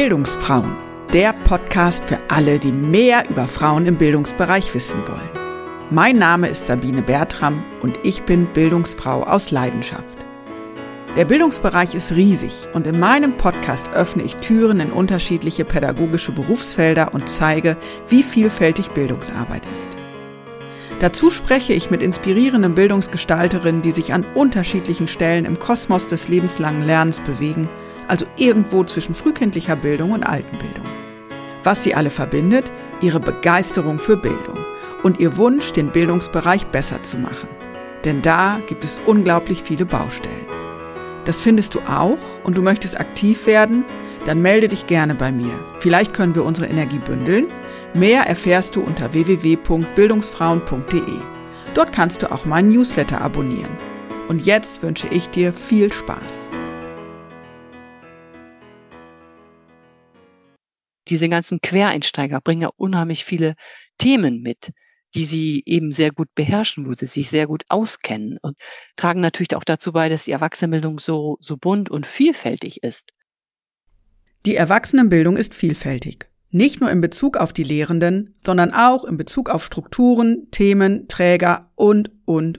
Bildungsfrauen, der Podcast für alle, die mehr über Frauen im Bildungsbereich wissen wollen. Mein Name ist Sabine Bertram und ich bin Bildungsfrau aus Leidenschaft. Der Bildungsbereich ist riesig und in meinem Podcast öffne ich Türen in unterschiedliche pädagogische Berufsfelder und zeige, wie vielfältig Bildungsarbeit ist. Dazu spreche ich mit inspirierenden Bildungsgestalterinnen, die sich an unterschiedlichen Stellen im Kosmos des lebenslangen Lernens bewegen, also irgendwo zwischen frühkindlicher Bildung und Altenbildung. Was sie alle verbindet? Ihre Begeisterung für Bildung und ihr Wunsch, den Bildungsbereich besser zu machen. Denn da gibt es unglaublich viele Baustellen. Das findest du auch und du möchtest aktiv werden? Dann melde dich gerne bei mir. Vielleicht können wir unsere Energie bündeln. Mehr erfährst du unter www.bildungsfrauen.de. Dort kannst du auch meinen Newsletter abonnieren. Und jetzt wünsche ich dir viel Spaß. Diese ganzen Quereinsteiger bringen ja unheimlich viele Themen mit, die sie eben sehr gut beherrschen, wo sie sich sehr gut auskennen und tragen natürlich auch dazu bei, dass die Erwachsenenbildung so bunt und vielfältig ist. Die Erwachsenenbildung ist vielfältig. Nicht nur in Bezug auf die Lehrenden, sondern auch in Bezug auf Strukturen, Themen, Träger und.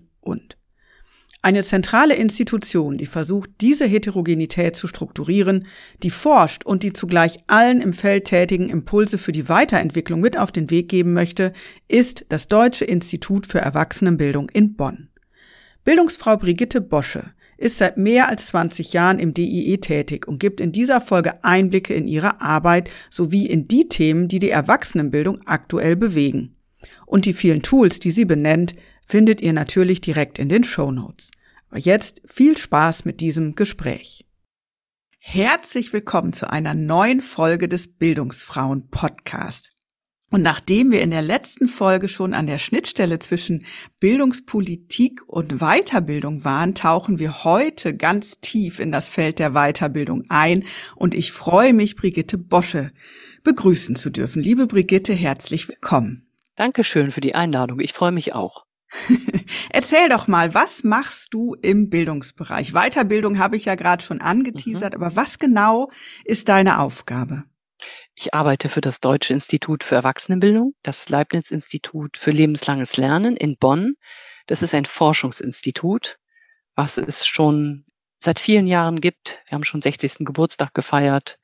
Eine zentrale Institution, die versucht, diese Heterogenität zu strukturieren, die forscht und die zugleich allen im Feld tätigen Impulse für die Weiterentwicklung mit auf den Weg geben möchte, ist das Deutsche Institut für Erwachsenenbildung in Bonn. Bildungsfrau Brigitte Bosche ist seit mehr als 20 Jahren im DIE tätig und gibt in dieser Folge Einblicke in ihre Arbeit sowie in die Themen, die die Erwachsenenbildung aktuell bewegen. Und die vielen Tools, die sie benennt, findet ihr natürlich direkt in den Shownotes. Aber jetzt viel Spaß mit diesem Gespräch. Herzlich willkommen zu einer neuen Folge des Bildungsfrauen-Podcast. Und nachdem wir in der letzten Folge schon an der Schnittstelle zwischen Bildungspolitik und Weiterbildung waren, tauchen wir heute ganz tief in das Feld der Weiterbildung ein. Und ich freue mich, Brigitte Bosche begrüßen zu dürfen. Liebe Brigitte, herzlich willkommen. Dankeschön für die Einladung. Ich freue mich auch. Erzähl doch mal, was machst du im Bildungsbereich? Weiterbildung habe ich ja gerade schon angeteasert, aber was genau ist deine Aufgabe? Ich arbeite für das Deutsche Institut für Erwachsenenbildung, das Leibniz-Institut für lebenslanges Lernen in Bonn. Das ist ein Forschungsinstitut, was es schon seit vielen Jahren gibt. Wir haben schon 60. Geburtstag gefeiert.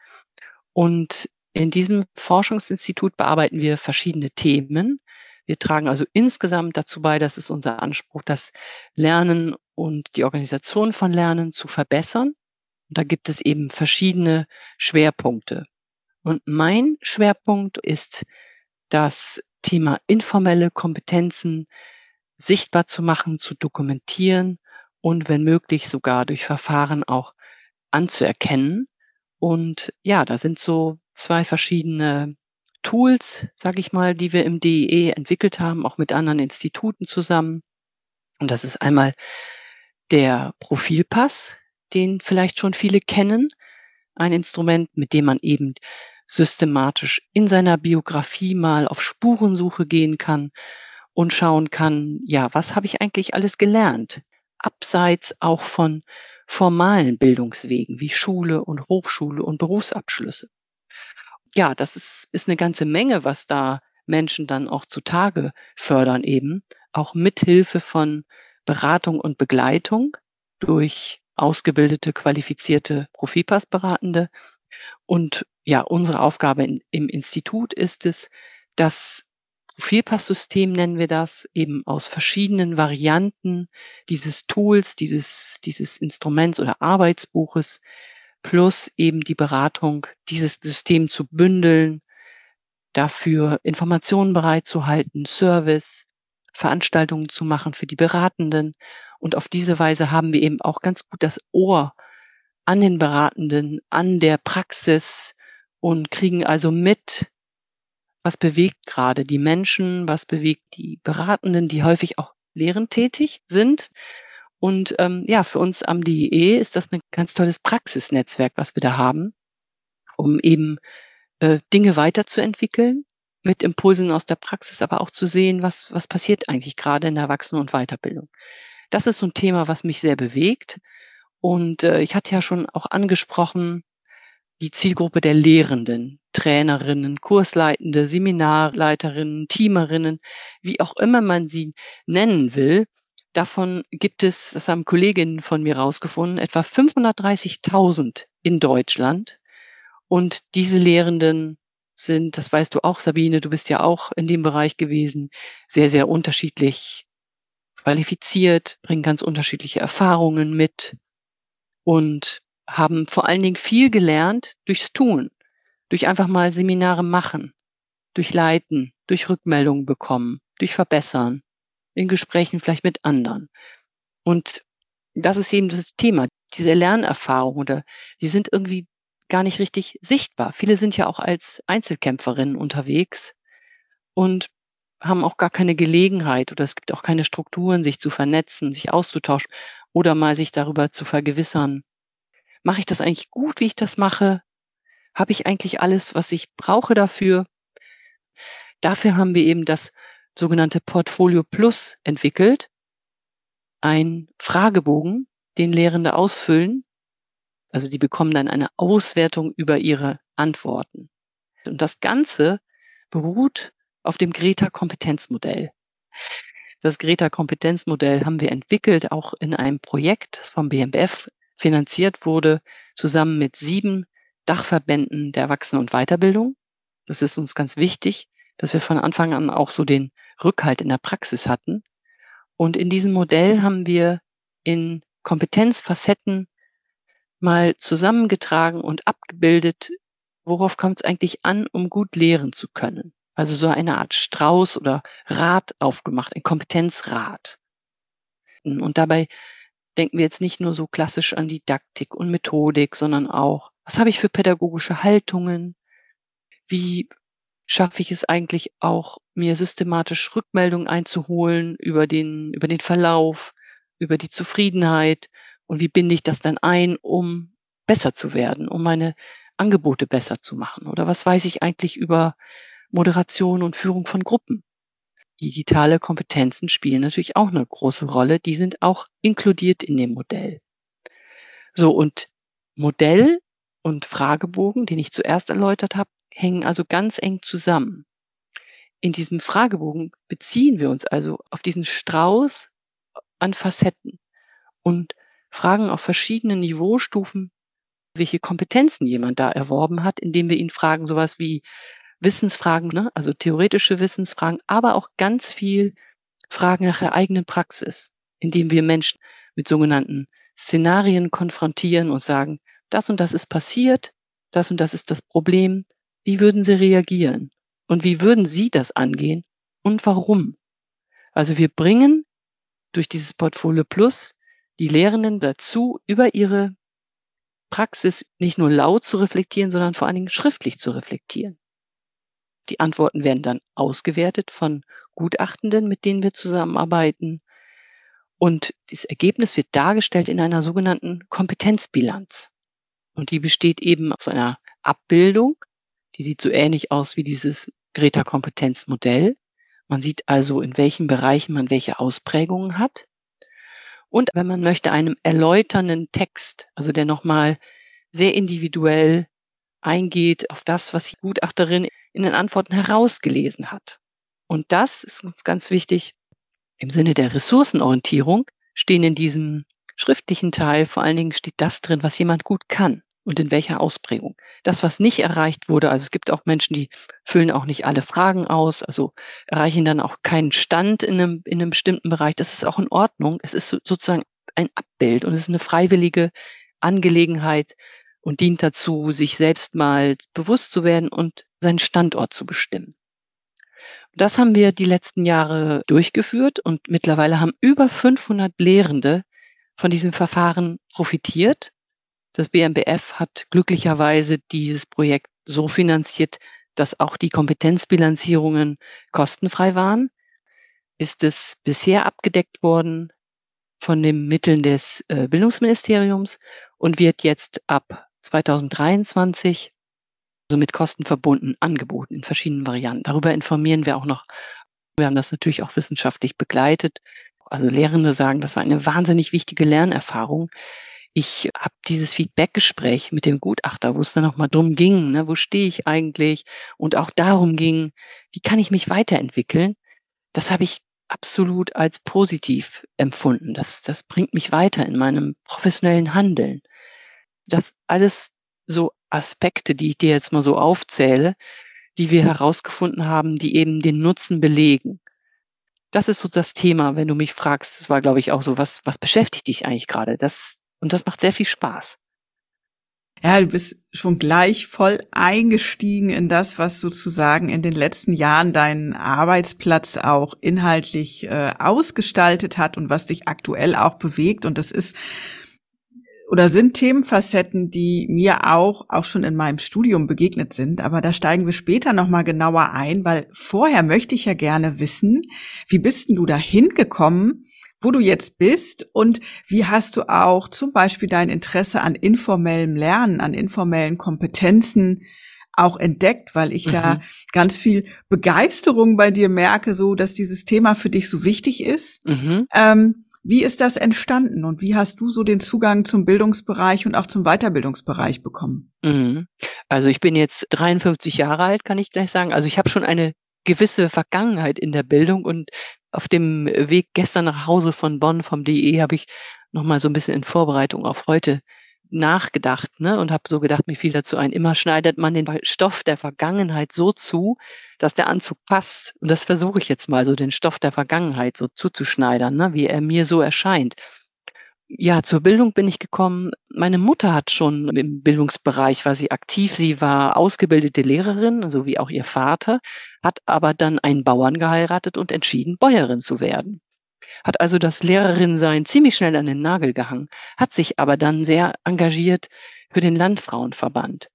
Und in diesem Forschungsinstitut bearbeiten wir verschiedene Themen. Wir tragen also insgesamt dazu bei, das ist unser Anspruch, das Lernen und die Organisation von Lernen zu verbessern. Und da gibt es eben verschiedene Schwerpunkte. Und mein Schwerpunkt ist das Thema informelle Kompetenzen sichtbar zu machen, zu dokumentieren und wenn möglich sogar durch Verfahren auch anzuerkennen. Und ja, da sind so zwei verschiedene Tools, sage ich mal, die wir im DIE entwickelt haben, auch mit anderen Instituten zusammen. Und das ist einmal der Profilpass, den vielleicht schon viele kennen. Ein Instrument, mit dem man eben systematisch in seiner Biografie mal auf Spurensuche gehen kann und schauen kann, ja, was habe ich eigentlich alles gelernt? Abseits auch von formalen Bildungswegen wie Schule und Hochschule und Berufsabschlüsse. Ja, das ist eine ganze Menge, was da Menschen dann auch zutage fördern eben, auch mithilfe von Beratung und Begleitung durch ausgebildete, qualifizierte Profilpassberatende. Und ja, unsere Aufgabe im Institut ist es, das Profilpasssystem nennen wir das, eben aus verschiedenen Varianten dieses Tools, dieses Instruments oder Arbeitsbuches plus eben die Beratung, dieses System zu bündeln, dafür Informationen bereitzuhalten, Service, Veranstaltungen zu machen für die Beratenden. Und auf diese Weise haben wir eben auch ganz gut das Ohr an den Beratenden, an der Praxis und kriegen also mit, was bewegt gerade die Menschen, was bewegt die Beratenden, die häufig auch lehrend tätig sind. Und ja, für uns am DIE ist das ein ganz tolles Praxisnetzwerk, was wir da haben, um eben Dinge weiterzuentwickeln, mit Impulsen aus der Praxis, aber auch zu sehen, was passiert eigentlich gerade in der Erwachsenen- und Weiterbildung. Das ist so ein Thema, was mich sehr bewegt. Und ich hatte ja schon auch angesprochen, die Zielgruppe der Lehrenden, Trainerinnen, Kursleitende, Seminarleiterinnen, Teamerinnen, wie auch immer man sie nennen will. Davon gibt es, das haben Kolleginnen von mir rausgefunden, etwa 530.000 in Deutschland. Und diese Lehrenden sind, das weißt du auch, Sabine, du bist ja auch in dem Bereich gewesen, sehr, sehr unterschiedlich qualifiziert, bringen ganz unterschiedliche Erfahrungen mit und haben vor allen Dingen viel gelernt durchs Tun, durch einfach mal Seminare machen, durch Leiten, durch Rückmeldungen bekommen, durch Verbessern, in Gesprächen vielleicht mit anderen. Und das ist eben das Thema, diese Lernerfahrung oder die sind irgendwie gar nicht richtig sichtbar. Viele sind ja auch als Einzelkämpferinnen unterwegs und haben auch gar keine Gelegenheit oder es gibt auch keine Strukturen, sich zu vernetzen, sich auszutauschen oder mal sich darüber zu vergewissern. Mache ich das eigentlich gut, wie ich das mache? Habe ich eigentlich alles, was ich brauche dafür? Dafür haben wir eben das sogenannte Portfolio Plus entwickelt. Ein Fragebogen, den Lehrende ausfüllen. Also die bekommen dann eine Auswertung über ihre Antworten. Und das Ganze beruht auf dem Greta-Kompetenzmodell. Das Greta-Kompetenzmodell haben wir entwickelt, auch in einem Projekt, das vom BMBF finanziert wurde, zusammen mit 7 Dachverbänden der Erwachsenen- und Weiterbildung. Das ist uns ganz wichtig, dass wir von Anfang an auch so den Rückhalt in der Praxis hatten. Und in diesem Modell haben wir in Kompetenzfacetten mal zusammengetragen und abgebildet, worauf kommt es eigentlich an, um gut lehren zu können. Also so eine Art Strauß oder Rad aufgemacht, ein Kompetenzrad. Und dabei denken wir jetzt nicht nur so klassisch an Didaktik und Methodik, sondern auch, was habe ich für pädagogische Haltungen? Wie schaffe ich es eigentlich auch, mir systematisch Rückmeldungen einzuholen über den Verlauf, über die Zufriedenheit und wie binde ich das dann ein, um besser zu werden, um meine Angebote besser zu machen? Oder was weiß ich eigentlich über Moderation und Führung von Gruppen? Digitale Kompetenzen spielen natürlich auch eine große Rolle. Die sind auch inkludiert in dem Modell. So, und Modell und Fragebogen, den ich zuerst erläutert habe, hängen also ganz eng zusammen. In diesem Fragebogen beziehen wir uns also auf diesen Strauß an Facetten und fragen auf verschiedenen Niveaustufen, welche Kompetenzen jemand da erworben hat, indem wir ihn fragen, sowas wie Wissensfragen, ne? Also theoretische Wissensfragen, aber auch ganz viel Fragen nach der eigenen Praxis, indem wir Menschen mit sogenannten Szenarien konfrontieren und sagen, das und das ist passiert, das und das ist das Problem, wie würden Sie reagieren? Und wie würden Sie das angehen und warum? Also wir bringen durch dieses Portfolio Plus die Lehrenden dazu, über ihre Praxis nicht nur laut zu reflektieren, sondern vor allen Dingen schriftlich zu reflektieren. Die Antworten werden dann ausgewertet von Gutachtenden, mit denen wir zusammenarbeiten. Und das Ergebnis wird dargestellt in einer sogenannten Kompetenzbilanz. Und die besteht eben aus einer Abbildung, die sieht so ähnlich aus wie dieses Greta-Kompetenzmodell. Man sieht also, in welchen Bereichen man welche Ausprägungen hat. Und wenn man möchte, einem erläuternden Text, also der nochmal sehr individuell eingeht auf das, was die Gutachterin in den Antworten herausgelesen hat. Und das ist uns ganz wichtig. Im Sinne der Ressourcenorientierung stehen in diesem schriftlichen Teil vor allen Dingen steht das drin, was jemand gut kann und in welcher Ausprägung. Das, was nicht erreicht wurde, also es gibt auch Menschen, die füllen auch nicht alle Fragen aus, also erreichen dann auch keinen Stand in einem bestimmten Bereich. Das ist auch in Ordnung. Es ist sozusagen ein Abbild und es ist eine freiwillige Angelegenheit und dient dazu, sich selbst mal bewusst zu werden und seinen Standort zu bestimmen. Das haben wir die letzten Jahre durchgeführt und mittlerweile haben über 500 Lehrende von diesem Verfahren profitiert. Das BMBF hat glücklicherweise dieses Projekt so finanziert, dass auch die Kompetenzbilanzierungen kostenfrei waren. Ist es bisher abgedeckt worden von den Mitteln des Bildungsministeriums und wird jetzt ab 2023 so mit Kosten verbunden angeboten in verschiedenen Varianten. Darüber informieren wir auch noch. Wir haben das natürlich auch wissenschaftlich begleitet. Also Lehrende sagen, das war eine wahnsinnig wichtige Lernerfahrung. Ich habe dieses Feedbackgespräch mit dem Gutachter, wo es dann nochmal drum ging, ne, wo stehe ich eigentlich? Und auch darum ging, wie kann ich mich weiterentwickeln? Das habe ich absolut als positiv empfunden. Das bringt mich weiter in meinem professionellen Handeln. Das alles so Aspekte, die ich dir jetzt mal so aufzähle, die wir herausgefunden haben, die eben den Nutzen belegen. Das ist so das Thema, wenn du mich fragst, das war, glaube ich, auch so, was beschäftigt dich eigentlich gerade? Und das macht sehr viel Spaß. Ja, du bist schon gleich voll eingestiegen in das, was sozusagen in den letzten Jahren deinen Arbeitsplatz auch inhaltlich ausgestaltet hat und was dich aktuell auch bewegt. Und das ist oder sind Themenfacetten, die mir auch schon in meinem Studium begegnet sind. Aber da steigen wir später nochmal genauer ein, weil vorher möchte ich ja gerne wissen, wie bist denn du da hingekommen, wo du jetzt bist und wie hast du auch zum Beispiel dein Interesse an informellem Lernen, an informellen Kompetenzen auch entdeckt, weil ich da ganz viel Begeisterung bei dir merke, so dass dieses Thema für dich so wichtig ist. Wie ist das entstanden und wie hast du so den Zugang zum Bildungsbereich und auch zum Weiterbildungsbereich bekommen? Also ich bin jetzt 53 Jahre alt, kann ich gleich sagen. Also ich habe schon eine gewisse Vergangenheit in der Bildung und auf dem Weg gestern nach Hause von Bonn vom DE habe ich nochmal so ein bisschen in Vorbereitung auf heute nachgedacht, ne, und habe so gedacht, mir fiel dazu ein, immer schneidet man den Stoff der Vergangenheit so zu, dass der Anzug passt. Und das versuche ich jetzt mal, so den Stoff der Vergangenheit so zuzuschneidern, ne, wie er mir so erscheint. Ja, zur Bildung bin ich gekommen. Meine Mutter hat schon im Bildungsbereich, war sie aktiv. Sie war ausgebildete Lehrerin, so wie auch ihr Vater, hat aber dann einen Bauern geheiratet und entschieden, Bäuerin zu werden. Hat also das Lehrerin-Sein ziemlich schnell an den Nagel gehangen, hat sich aber dann sehr engagiert für den Landfrauenverband.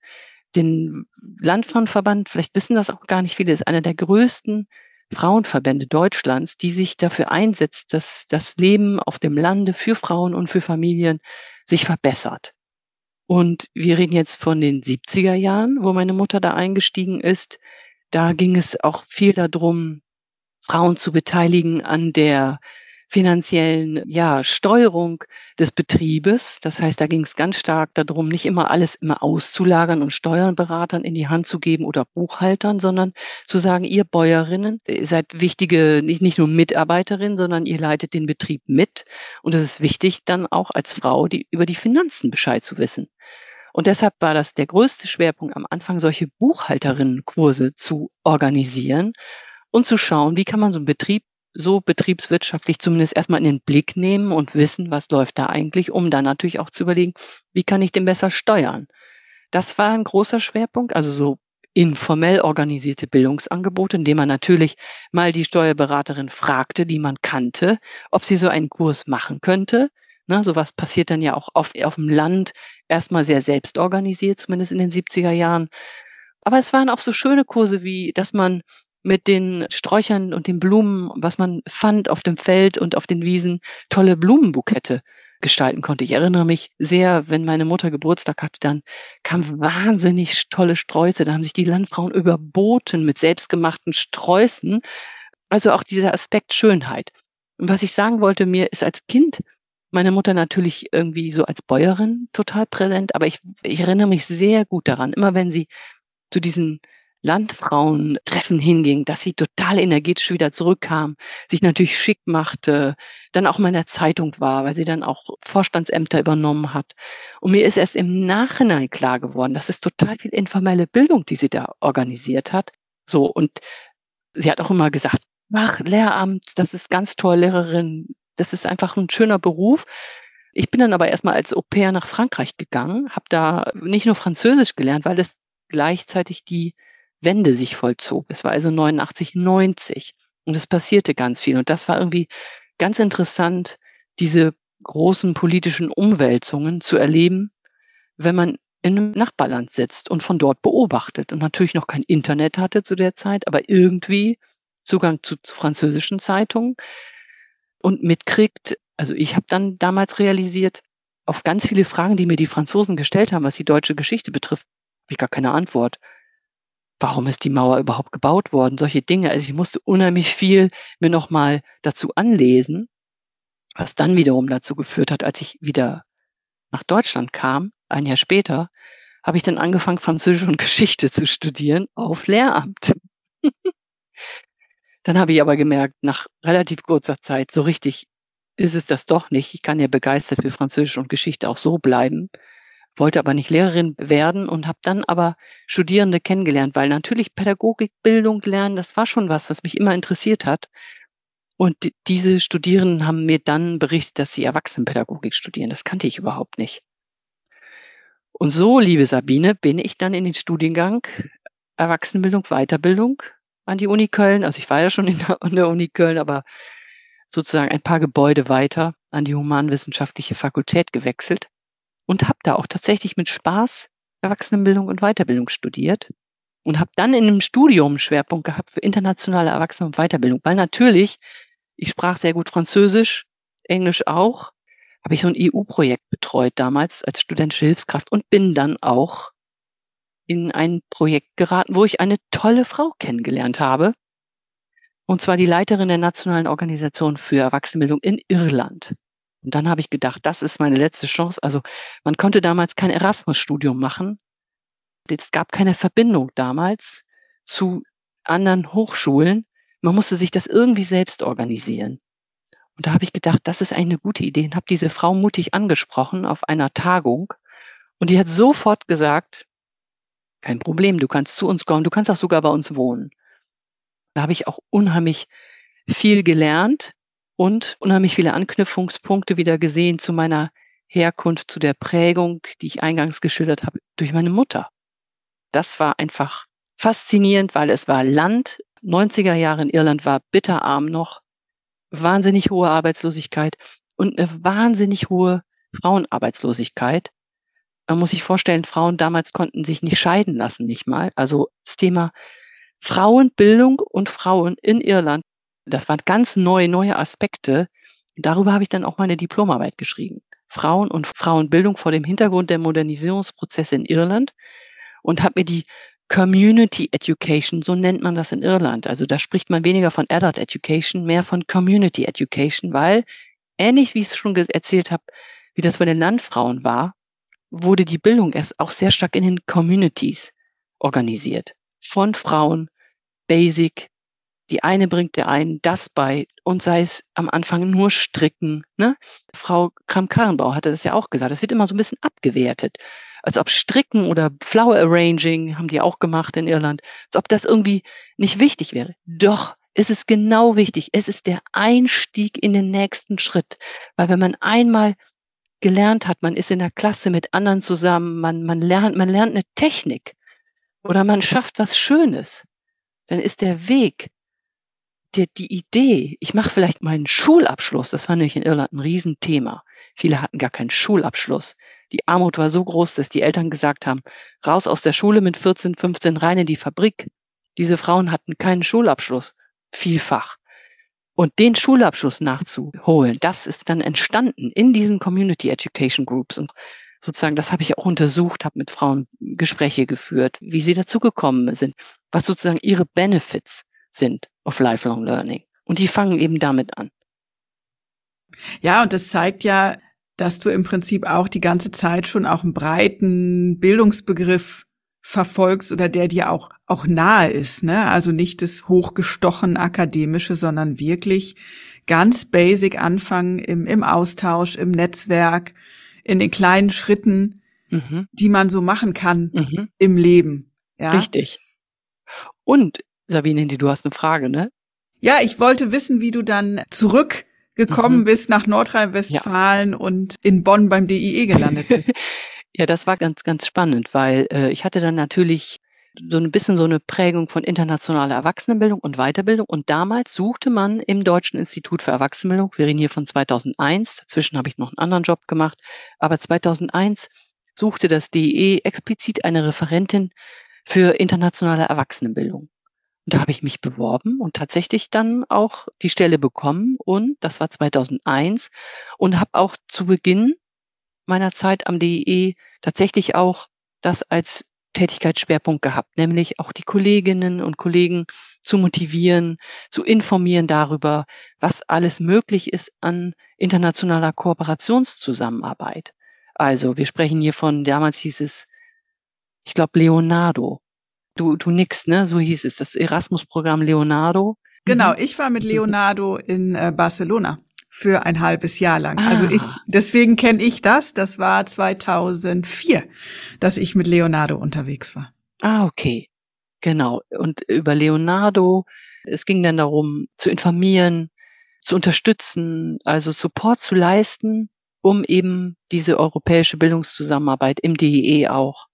Den Landfrauenverband, vielleicht wissen das auch gar nicht viele, ist einer der größten Frauenverbände Deutschlands, die sich dafür einsetzt, dass das Leben auf dem Lande für Frauen und für Familien sich verbessert. Und wir reden jetzt von den 70er Jahren, wo meine Mutter da eingestiegen ist. Da ging es auch viel darum, Frauen zu beteiligen an der finanziellen, Steuerung des Betriebes. Das heißt, da ging es ganz stark darum, nicht immer alles immer auszulagern und Steuerberatern in die Hand zu geben oder Buchhaltern, sondern zu sagen, ihr Bäuerinnen, ihr seid wichtige, nicht nur Mitarbeiterinnen, sondern ihr leitet den Betrieb mit. Und es ist wichtig, dann auch als Frau über die Finanzen Bescheid zu wissen. Und deshalb war das der größte Schwerpunkt am Anfang, solche Buchhalterinnenkurse zu organisieren und zu schauen, wie kann man so einen Betrieb so betriebswirtschaftlich zumindest erstmal in den Blick nehmen und wissen, was läuft da eigentlich, um dann natürlich auch zu überlegen, wie kann ich den besser steuern. Das war ein großer Schwerpunkt, also so informell organisierte Bildungsangebote, indem man natürlich mal die Steuerberaterin fragte, die man kannte, ob sie so einen Kurs machen könnte. Na, sowas passiert dann ja auch auf dem Land erstmal sehr selbst organisiert, zumindest in den 70er Jahren. Aber es waren auch so schöne Kurse wie, dass man mit den Sträuchern und den Blumen, was man fand auf dem Feld und auf den Wiesen, tolle Blumenbukette gestalten konnte. Ich erinnere mich sehr, wenn meine Mutter Geburtstag hatte, dann kamen wahnsinnig tolle Sträuße. Da haben sich die Landfrauen überboten mit selbstgemachten Sträußen. Also auch dieser Aspekt Schönheit. Und was ich sagen wollte, mir ist als Kind meine Mutter natürlich irgendwie so als Bäuerin total präsent, aber ich erinnere mich sehr gut daran, immer wenn sie zu diesen Landfrauentreffen hinging, dass sie total energetisch wieder zurückkam, sich natürlich schick machte, dann auch mal in der Zeitung war, weil sie dann auch Vorstandsämter übernommen hat. Und mir ist erst im Nachhinein klar geworden, das ist total viel informelle Bildung, die sie da organisiert hat. So, und sie hat auch immer gesagt, mach Lehramt, das ist ganz toll, Lehrerin, das ist einfach ein schöner Beruf. Ich bin dann aber erstmal als Au-pair nach Frankreich gegangen, habe da nicht nur Französisch gelernt, weil das gleichzeitig die Wende sich vollzog. Es war also 89, 90 und es passierte ganz viel. Und das war irgendwie ganz interessant, diese großen politischen Umwälzungen zu erleben, wenn man in einem Nachbarland sitzt und von dort beobachtet und natürlich noch kein Internet hatte zu der Zeit, aber irgendwie Zugang zu französischen Zeitungen und mitkriegt. Also ich habe dann damals realisiert, auf ganz viele Fragen, die mir die Franzosen gestellt haben, was die deutsche Geschichte betrifft, habe ich gar keine Antwort. Warum ist die Mauer überhaupt gebaut worden? Solche Dinge. Also ich musste unheimlich viel mir nochmal dazu anlesen, was dann wiederum dazu geführt hat, als ich wieder nach Deutschland kam, ein Jahr später, habe ich dann angefangen, Französisch und Geschichte zu studieren auf Lehramt. Dann habe ich aber gemerkt, nach relativ kurzer Zeit, so richtig ist es das doch nicht. Ich kann ja begeistert für Französisch und Geschichte auch so bleiben, wollte aber nicht Lehrerin werden und habe dann aber Studierende kennengelernt, weil natürlich Pädagogikbildung lernen, das war schon was mich immer interessiert hat. Und diese Studierenden haben mir dann berichtet, dass sie Erwachsenenpädagogik studieren. Das kannte ich überhaupt nicht. Und so, liebe Sabine, bin ich dann in den Studiengang Erwachsenenbildung, Weiterbildung an die Uni Köln. Also ich war ja schon an der Uni Köln, aber sozusagen ein paar Gebäude weiter an die Humanwissenschaftliche Fakultät gewechselt und habe da auch tatsächlich mit Spaß Erwachsenenbildung und Weiterbildung studiert und habe dann in einem Studium einen Schwerpunkt gehabt für internationale Erwachsenen- und Weiterbildung, weil natürlich, ich sprach sehr gut Französisch, Englisch auch, habe ich so ein EU-Projekt betreut damals als studentische Hilfskraft und bin dann auch in ein Projekt geraten, wo ich eine tolle Frau kennengelernt habe. Und zwar die Leiterin der Nationalen Organisation für Erwachsenenbildung in Irland. Und dann habe ich gedacht, das ist meine letzte Chance. Also man konnte damals kein Erasmus-Studium machen. Es gab keine Verbindung damals zu anderen Hochschulen. Man musste sich das irgendwie selbst organisieren. Und da habe ich gedacht, das ist eine gute Idee und habe diese Frau mutig angesprochen auf einer Tagung. Und die hat sofort gesagt, kein Problem, du kannst zu uns kommen, du kannst auch sogar bei uns wohnen. Da habe ich auch unheimlich viel gelernt und unheimlich viele Anknüpfungspunkte wieder gesehen zu meiner Herkunft, zu der Prägung, die ich eingangs geschildert habe, durch meine Mutter. Das war einfach faszinierend, weil es war Land. 90er Jahre in Irland war bitterarm noch, wahnsinnig hohe Arbeitslosigkeit und eine wahnsinnig hohe Frauenarbeitslosigkeit. Man muss sich vorstellen, Frauen damals konnten sich nicht scheiden lassen, nicht mal. Also das Thema Frauenbildung und Frauen in Irland, das waren ganz neue Aspekte. Darüber habe ich dann auch meine Diplomarbeit geschrieben. Frauen und Frauenbildung vor dem Hintergrund der Modernisierungsprozesse in Irland und habe mir die Community Education, so nennt man das in Irland. Also da spricht man weniger von Adult Education, mehr von Community Education, weil ähnlich wie ich es schon erzählt habe, wie das bei den Landfrauen war, wurde die Bildung erst auch sehr stark in den Communities organisiert. Von Frauen, Basic, die eine bringt der einen das bei und sei es am Anfang nur Stricken. Ne? Frau Kramp-Karrenbauer hatte das ja auch gesagt. Das wird immer so ein bisschen abgewertet. Als ob Stricken oder Flower Arranging, haben die auch gemacht in Irland, als ob das irgendwie nicht wichtig wäre. Doch, es ist genau wichtig. Es ist der Einstieg in den nächsten Schritt. Weil wenn man einmal gelernt hat, man ist in der Klasse mit anderen zusammen, man lernt eine Technik oder man schafft was Schönes, dann ist der Weg, die Idee, ich mache vielleicht meinen Schulabschluss, das war nämlich in Irland ein Riesenthema. Viele hatten gar keinen Schulabschluss. Die Armut war so groß, dass die Eltern gesagt haben, raus aus der Schule mit 14, 15, rein in die Fabrik. Diese Frauen hatten keinen Schulabschluss, vielfach. Und den Schulabschluss nachzuholen, das ist dann entstanden in diesen Community Education Groups. Und sozusagen, das habe ich auch untersucht, habe mit Frauen Gespräche geführt, wie sie dazugekommen sind, was sozusagen ihre Benefits sind of Lifelong Learning. Und die fangen eben damit an. Ja, und das zeigt ja, dass du im Prinzip auch die ganze Zeit schon auch einen breiten Bildungsbegriff verfolgst oder der dir auch nahe ist, ne? Also nicht das hochgestochen akademische, sondern wirklich ganz basic anfangen im Austausch, im Netzwerk, in den kleinen Schritten, die man so machen kann im Leben. Ja? Richtig. Und Sabine, du hast eine Frage, ne? Ja, ich wollte wissen, wie du dann zurückgekommen bist nach Nordrhein-Westfalen und in Bonn beim DIE gelandet bist. Ja, das war ganz, ganz spannend, weil ich hatte dann natürlich so ein bisschen so eine Prägung von internationaler Erwachsenenbildung und Weiterbildung. Und damals suchte man im Deutschen Institut für Erwachsenenbildung, wir reden hier von 2001, dazwischen habe ich noch einen anderen Job gemacht, aber 2001 suchte das DIE explizit eine Referentin für internationale Erwachsenenbildung. Und da habe ich mich beworben und tatsächlich dann auch die Stelle bekommen. Und das war 2001 und habe auch zu Beginn meiner Zeit am DIE tatsächlich auch das als Tätigkeitsschwerpunkt gehabt, nämlich auch die Kolleginnen und Kollegen zu motivieren, zu informieren darüber, was alles möglich ist an internationaler Kooperationszusammenarbeit. Also, wir sprechen hier von, damals hieß es, ich glaube, Leonardo. Du nickst, ne? So hieß es, das Erasmus-Programm Leonardo. Genau, ich war mit Leonardo in Barcelona für ein halbes Jahr lang. Also deswegen kenne ich das. Das war 2004, dass ich mit Leonardo unterwegs war. Okay. Genau. Und über Leonardo, es ging dann darum, zu informieren, zu unterstützen, also Support zu leisten, um eben diese europäische Bildungszusammenarbeit im DEE auch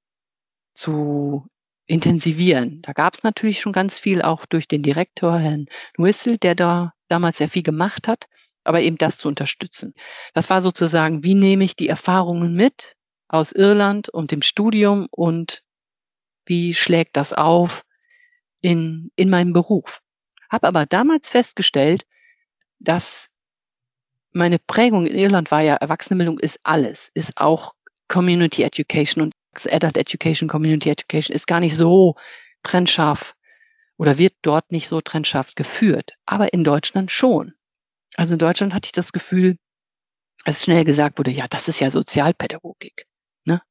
zu intensivieren. Da gab es natürlich schon ganz viel, auch durch den Direktor, Herrn Nuissel, der da damals sehr viel gemacht hat, aber eben das zu unterstützen. Das war sozusagen, wie nehme ich die Erfahrungen mit aus Irland und dem Studium und wie schlägt das auf in meinem Beruf. Habe aber damals festgestellt, dass meine Prägung in Irland war ja, Erwachsenenbildung ist alles, ist auch Community Education und Adult Education, Community Education ist gar nicht so trennscharf oder wird dort nicht so trennscharf geführt, aber in Deutschland schon. Also in Deutschland hatte ich das Gefühl, als schnell gesagt wurde, ja, das ist ja Sozialpädagogik. Ne?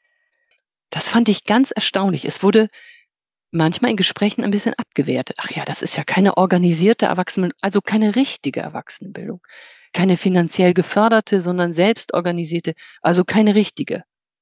Das fand ich ganz erstaunlich. Es wurde manchmal in Gesprächen ein bisschen abgewertet. Ach ja, das ist ja keine organisierte Erwachsenenbildung, also keine richtige Erwachsenenbildung. Keine finanziell geförderte, sondern selbst organisierte, also keine richtige.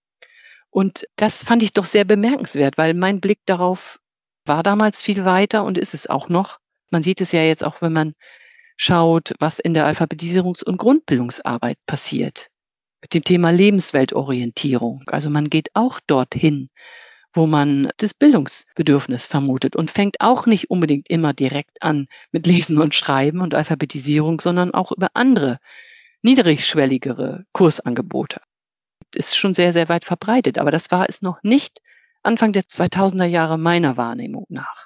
Und das fand ich doch sehr bemerkenswert, weil mein Blick darauf war damals viel weiter und ist es auch noch. Man sieht es ja jetzt auch, wenn man schaut, was in der Alphabetisierungs- und Grundbildungsarbeit passiert. Mit dem Thema Lebensweltorientierung. Also man geht auch dorthin, wo man das Bildungsbedürfnis vermutet und fängt auch nicht unbedingt immer direkt an mit Lesen und Schreiben und Alphabetisierung, sondern auch über andere, niedrigschwelligere Kursangebote. Ist schon sehr, sehr weit verbreitet, aber das war es noch nicht Anfang der 2000er Jahre meiner Wahrnehmung nach.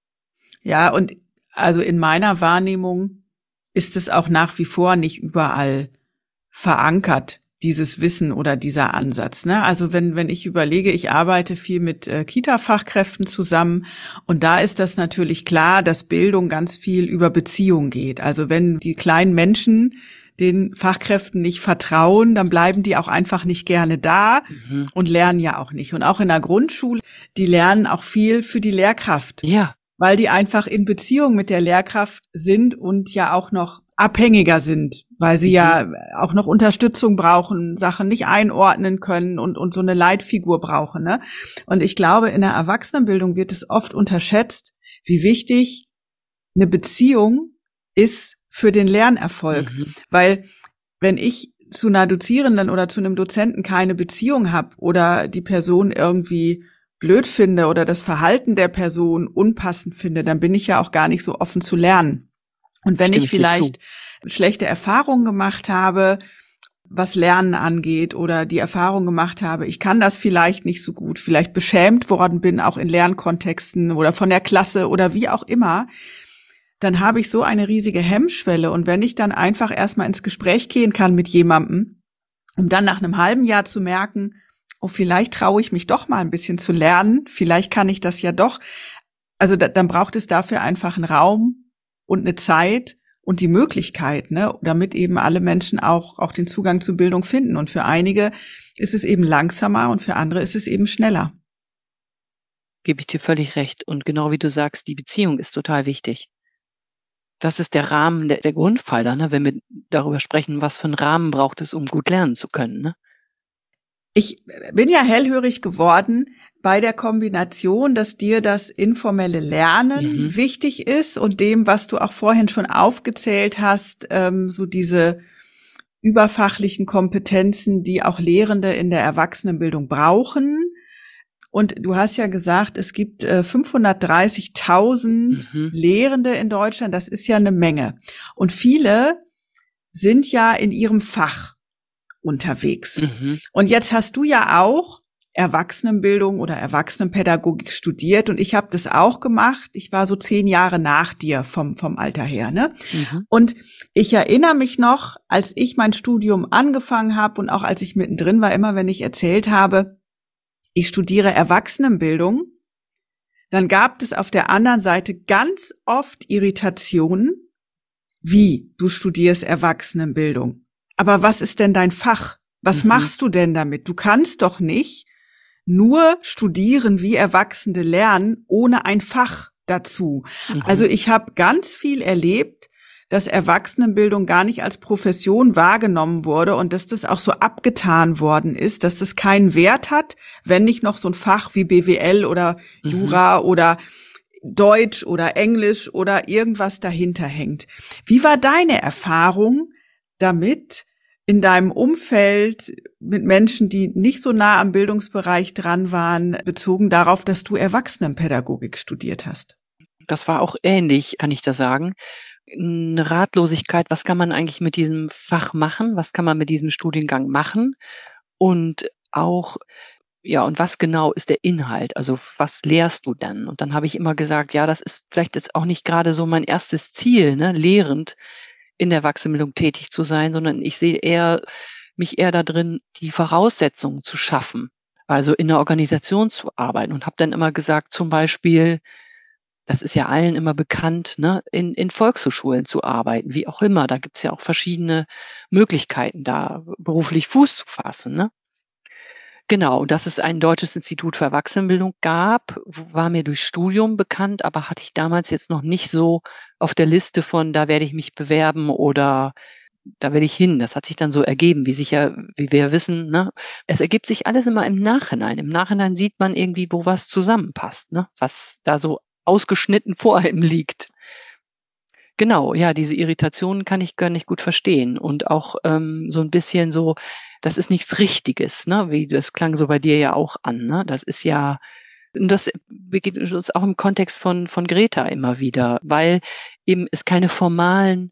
Ja, und also in meiner Wahrnehmung ist es auch nach wie vor nicht überall verankert, dieses Wissen oder dieser Ansatz, ne? Also wenn ich überlege, ich arbeite viel mit Kita-Fachkräften zusammen und da ist das natürlich klar, dass Bildung ganz viel über Beziehung geht. Also wenn die kleinen Menschen den Fachkräften nicht vertrauen, dann bleiben die auch einfach nicht gerne da und lernen ja auch nicht. Und auch in der Grundschule, die lernen auch viel für die Lehrkraft. Ja. Weil die einfach in Beziehung mit der Lehrkraft sind und ja auch noch abhängiger sind, weil sie ja auch noch Unterstützung brauchen, Sachen nicht einordnen können und so eine Leitfigur brauchen, ne? Und ich glaube, in der Erwachsenenbildung wird es oft unterschätzt, wie wichtig eine Beziehung ist für den Lernerfolg. Weil wenn ich zu einer Dozierenden oder zu einem Dozenten keine Beziehung habe oder die Person irgendwie blöd finde oder das Verhalten der Person unpassend finde, dann bin ich ja auch gar nicht so offen zu lernen. Und wenn ich vielleicht schlechte Erfahrungen gemacht habe, was Lernen angeht, oder die Erfahrung gemacht habe, ich kann das vielleicht nicht so gut, vielleicht beschämt worden bin, auch in Lernkontexten oder von der Klasse oder wie auch immer, dann habe ich so eine riesige Hemmschwelle. Und wenn ich dann einfach erstmal ins Gespräch gehen kann mit jemandem, um dann nach einem halben Jahr zu merken, oh, vielleicht traue ich mich doch mal ein bisschen zu lernen, vielleicht kann ich das ja doch. Also dann braucht es dafür einfach einen Raum und eine Zeit und die Möglichkeit, ne, damit eben alle Menschen auch den Zugang zu Bildung finden. Und für einige ist es eben langsamer und für andere ist es eben schneller. Gebe ich dir völlig recht. Und genau wie du sagst, die Beziehung ist total wichtig. Das ist der Rahmen, der Grundpfeiler, ne, wenn wir darüber sprechen, was für einen Rahmen braucht es, um gut lernen zu können, ne? Ich bin ja hellhörig geworden bei der Kombination, dass dir das informelle Lernen wichtig ist und dem, was du auch vorhin schon aufgezählt hast, so diese überfachlichen Kompetenzen, die auch Lehrende in der Erwachsenenbildung brauchen. Und du hast ja gesagt, es gibt 530.000 Lehrende in Deutschland. Das ist ja eine Menge. Und viele sind ja in ihrem Fach unterwegs. Und jetzt hast du ja auch Erwachsenenbildung oder Erwachsenenpädagogik studiert und ich habe das auch gemacht. Ich war so 10 Jahre nach dir vom Alter her, ne? Und ich erinnere mich noch, als ich mein Studium angefangen habe und auch als ich mittendrin war, immer wenn ich erzählt habe, ich studiere Erwachsenenbildung, dann gab es auf der anderen Seite ganz oft Irritationen, wie du studierst Erwachsenenbildung. Aber was ist denn dein Fach? Was machst du denn damit? Du kannst doch nicht nur studieren, wie Erwachsene lernen, ohne ein Fach dazu. Also ich habe ganz viel erlebt, dass Erwachsenenbildung gar nicht als Profession wahrgenommen wurde und dass das auch so abgetan worden ist, dass das keinen Wert hat, wenn nicht noch so ein Fach wie BWL oder Jura oder Deutsch oder Englisch oder irgendwas dahinter hängt. Wie war deine Erfahrung damit in deinem Umfeld mit Menschen, die nicht so nah am Bildungsbereich dran waren, bezogen darauf, dass du Erwachsenenpädagogik studiert hast? Das war auch ähnlich, kann ich da sagen. Eine Ratlosigkeit, was kann man eigentlich mit diesem Fach machen? Was kann man mit diesem Studiengang machen? Und auch, ja, und was genau ist der Inhalt? Also was lehrst du dann? Und dann habe ich immer gesagt, ja, das ist vielleicht jetzt auch nicht gerade so mein erstes Ziel, ne, lehrend in der Erwachsenenbildung tätig zu sein, sondern ich sehe mich eher da drin, die Voraussetzungen zu schaffen, also in der Organisation zu arbeiten und habe dann immer gesagt, zum Beispiel, das ist ja allen immer bekannt, ne, in Volkshochschulen zu arbeiten, wie auch immer. Da gibt's ja auch verschiedene Möglichkeiten, da beruflich Fuß zu fassen, ne? Genau, dass es ein deutsches Institut für Erwachsenenbildung gab, war mir durch Studium bekannt, aber hatte ich damals jetzt noch nicht so auf der Liste von, da werde ich mich bewerben oder da will ich hin. Das hat sich dann so ergeben, wie wir wissen, ne? Es ergibt sich alles immer im Nachhinein. Im Nachhinein sieht man irgendwie, wo was zusammenpasst, ne? Was da so ausgeschnitten vor einem liegt. Genau, ja, diese Irritationen kann ich gar nicht gut verstehen und auch so ein bisschen so, das ist nichts Richtiges, ne? Wie das klang so bei dir ja auch an, ne? Das ist ja, das begegnet uns auch im Kontext von Greta immer wieder, weil eben es keine formalen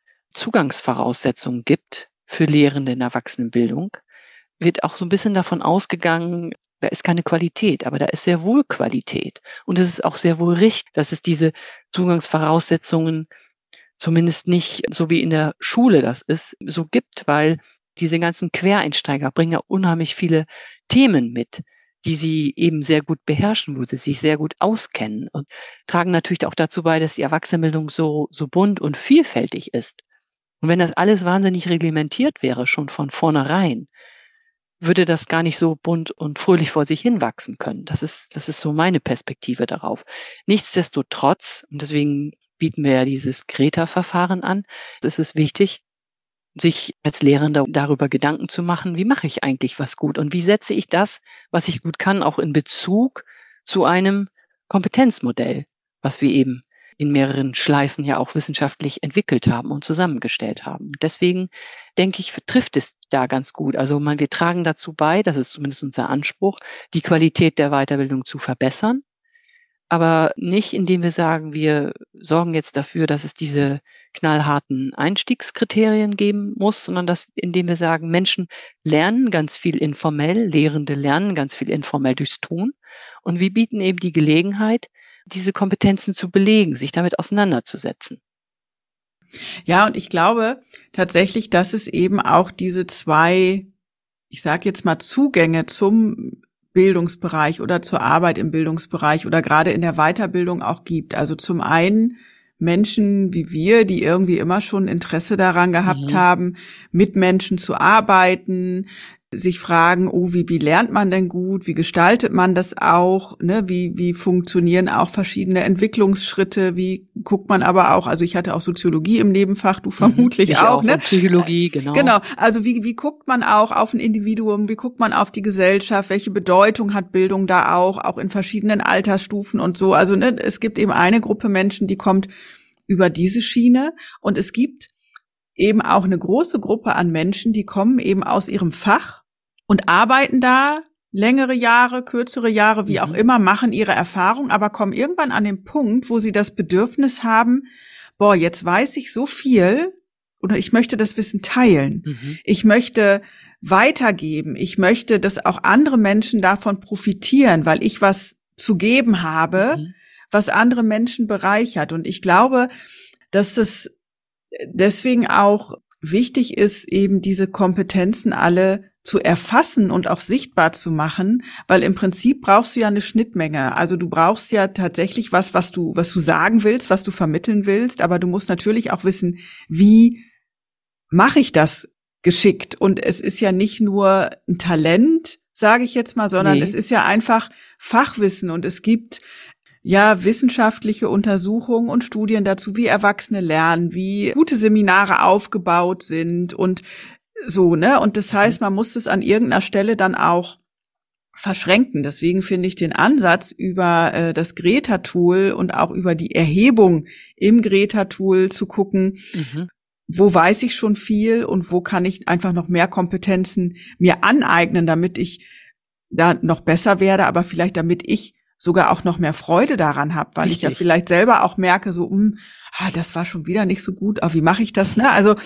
Zugangsvoraussetzungen gibt für Lehrende in Erwachsenenbildung, wird auch so ein bisschen davon ausgegangen, da ist keine Qualität, aber da ist sehr wohl Qualität. Und es ist auch sehr wohl richtig, dass es diese Zugangsvoraussetzungen zumindest nicht so wie in der Schule das ist, so gibt, weil diese ganzen Quereinsteiger bringen ja unheimlich viele Themen mit, die sie eben sehr gut beherrschen, wo sie sich sehr gut auskennen und tragen natürlich auch dazu bei, dass die Erwachsenenbildung so bunt und vielfältig ist. Und wenn das alles wahnsinnig reglementiert wäre, schon von vornherein, würde das gar nicht so bunt und fröhlich vor sich hin wachsen können. Das ist so meine Perspektive darauf. Nichtsdestotrotz, und deswegen bieten wir ja dieses Greta-Verfahren an, ist es wichtig, sich als Lehrender darüber Gedanken zu machen, wie mache ich eigentlich was gut und wie setze ich das, was ich gut kann, auch in Bezug zu einem Kompetenzmodell, was wir eben in mehreren Schleifen ja auch wissenschaftlich entwickelt haben und zusammengestellt haben. Deswegen denke ich, trifft es da ganz gut. Also wir tragen dazu bei, das ist zumindest unser Anspruch, die Qualität der Weiterbildung zu verbessern, aber nicht, indem wir sagen, wir sorgen jetzt dafür, dass es diese knallharten Einstiegskriterien geben muss, sondern indem wir sagen, Menschen lernen ganz viel informell, Lehrende lernen ganz viel informell durchs Tun und wir bieten eben die Gelegenheit, diese Kompetenzen zu belegen, sich damit auseinanderzusetzen. Ja, und ich glaube tatsächlich, dass es eben auch diese zwei, ich sage jetzt mal, Zugänge zum Bildungsbereich oder zur Arbeit im Bildungsbereich oder gerade in der Weiterbildung auch gibt. Also zum einen Menschen wie wir, die irgendwie immer schon Interesse daran gehabt haben, mit Menschen zu arbeiten, sich fragen, wie lernt man denn gut, wie gestaltet man das auch, ne? Wie funktionieren auch verschiedene Entwicklungsschritte, wie guckt man aber auch, also ich hatte auch Soziologie im Nebenfach, du vermutlich ich auch, ne? Psychologie, genau. Genau, also wie guckt man auch auf ein Individuum, wie guckt man auf die Gesellschaft, welche Bedeutung hat Bildung da auch in verschiedenen Altersstufen und so, also ne, es gibt eben eine Gruppe Menschen, die kommt über diese Schiene und es gibt eben auch eine große Gruppe an Menschen, die kommen eben aus ihrem Fach und arbeiten da längere Jahre, kürzere Jahre, wie auch immer, machen ihre Erfahrung, aber kommen irgendwann an den Punkt, wo sie das Bedürfnis haben, jetzt weiß ich so viel oder ich möchte das Wissen teilen. Ich möchte weitergeben. Ich möchte, dass auch andere Menschen davon profitieren, weil ich was zu geben habe, was andere Menschen bereichert. Und ich glaube, dass es deswegen auch wichtig ist, eben diese Kompetenzen alle zu erfassen und auch sichtbar zu machen, weil im Prinzip brauchst du ja eine Schnittmenge. Also du brauchst ja tatsächlich was du sagen willst, was du vermitteln willst, aber du musst natürlich auch wissen, wie mache ich das geschickt. Und es ist ja nicht nur ein Talent, sage ich jetzt mal, sondern es ist ja einfach Fachwissen. Und es gibt ja wissenschaftliche Untersuchungen und Studien dazu, wie Erwachsene lernen, wie gute Seminare aufgebaut sind und so, ne? Und das heißt, man muss es an irgendeiner Stelle dann auch verschränken. Deswegen finde ich den Ansatz über das Greta-Tool und auch über die Erhebung im Greta-Tool zu gucken, wo weiß ich schon viel und wo kann ich einfach noch mehr Kompetenzen mir aneignen, damit ich da noch besser werde, aber vielleicht damit ich sogar auch noch mehr Freude daran habe, weil ich ja vielleicht selber auch merke, so, das war schon wieder nicht so gut, aber wie mache ich das, ne? Also,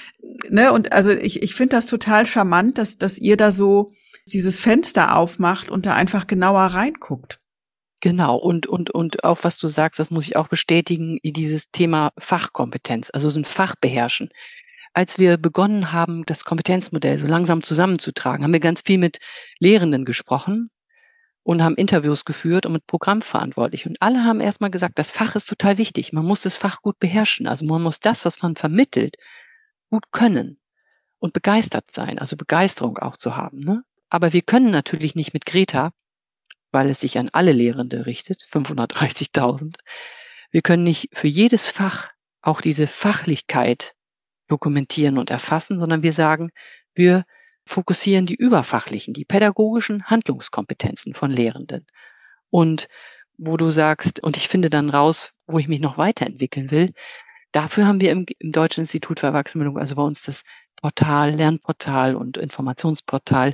ne, und also ich finde das total charmant, dass ihr da so dieses Fenster aufmacht und da einfach genauer reinguckt. Genau, und auch was du sagst, das muss ich auch bestätigen, dieses Thema Fachkompetenz, also so ein Fach beherrschen. Als wir begonnen haben, das Kompetenzmodell so langsam zusammenzutragen, haben wir ganz viel mit Lehrenden gesprochen und haben Interviews geführt und mit Programmverantwortlichen. Und alle haben erstmal gesagt, das Fach ist total wichtig. Man muss das Fach gut beherrschen. Also man muss das, was man vermittelt, gut können und begeistert sein, also Begeisterung auch zu haben, ne? Aber wir können natürlich nicht mit Greta, weil es sich an alle Lehrende richtet, 530.000. Wir können nicht für jedes Fach auch diese Fachlichkeit dokumentieren und erfassen, sondern wir sagen, wir fokussieren die überfachlichen, die pädagogischen Handlungskompetenzen von Lehrenden. Und wo du sagst, und ich finde dann raus, wo ich mich noch weiterentwickeln will, dafür haben wir im Deutschen Institut für Erwachsenenbildung, also bei uns das Portal, Lernportal und Informationsportal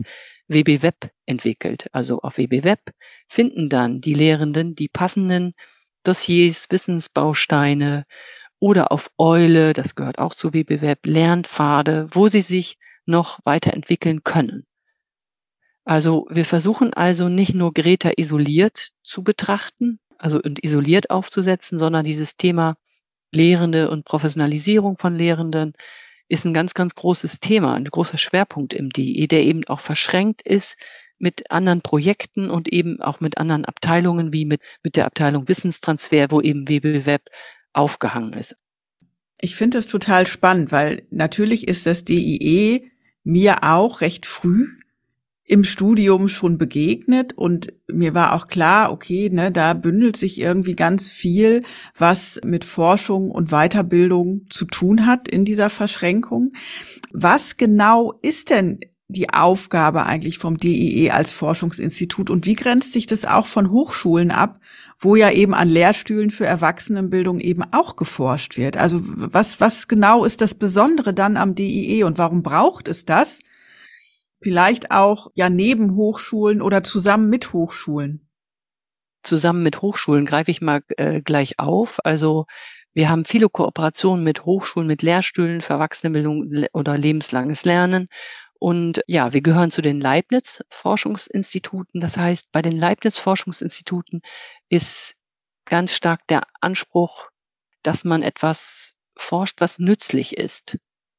WBWeb entwickelt. Also auf WBWeb finden dann die Lehrenden die passenden Dossiers, Wissensbausteine oder auf Eule, das gehört auch zu WBWeb, Lernpfade, wo sie sich noch weiterentwickeln können. Also wir versuchen also nicht nur Greta isoliert zu betrachten, also und isoliert aufzusetzen, sondern dieses Thema Lehrende und Professionalisierung von Lehrenden ist ein ganz, ganz großes Thema, ein großer Schwerpunkt im DIE, der eben auch verschränkt ist mit anderen Projekten und eben auch mit anderen Abteilungen, wie mit der Abteilung Wissenstransfer, wo eben WBWeb aufgehangen ist. Ich finde das total spannend, weil natürlich ist das DIE mir auch recht früh im Studium schon begegnet und mir war auch klar, okay, ne, da bündelt sich irgendwie ganz viel, was mit Forschung und Weiterbildung zu tun hat in dieser Verschränkung. Was genau ist denn die Aufgabe eigentlich vom DIE als Forschungsinstitut und wie grenzt sich das auch von Hochschulen ab, wo ja eben an Lehrstühlen für Erwachsenenbildung eben auch geforscht wird? Also was genau ist das Besondere dann am DIE und warum braucht es das? Vielleicht auch ja neben Hochschulen oder zusammen mit Hochschulen. Zusammen mit Hochschulen greife ich mal gleich auf. Also wir haben viele Kooperationen mit Hochschulen, mit Lehrstühlen für Erwachsenenbildung oder lebenslanges Lernen. Und ja, wir gehören zu den Leibniz-Forschungsinstituten. Das heißt, bei den Leibniz-Forschungsinstituten ist ganz stark der Anspruch, dass man etwas forscht, was nützlich ist.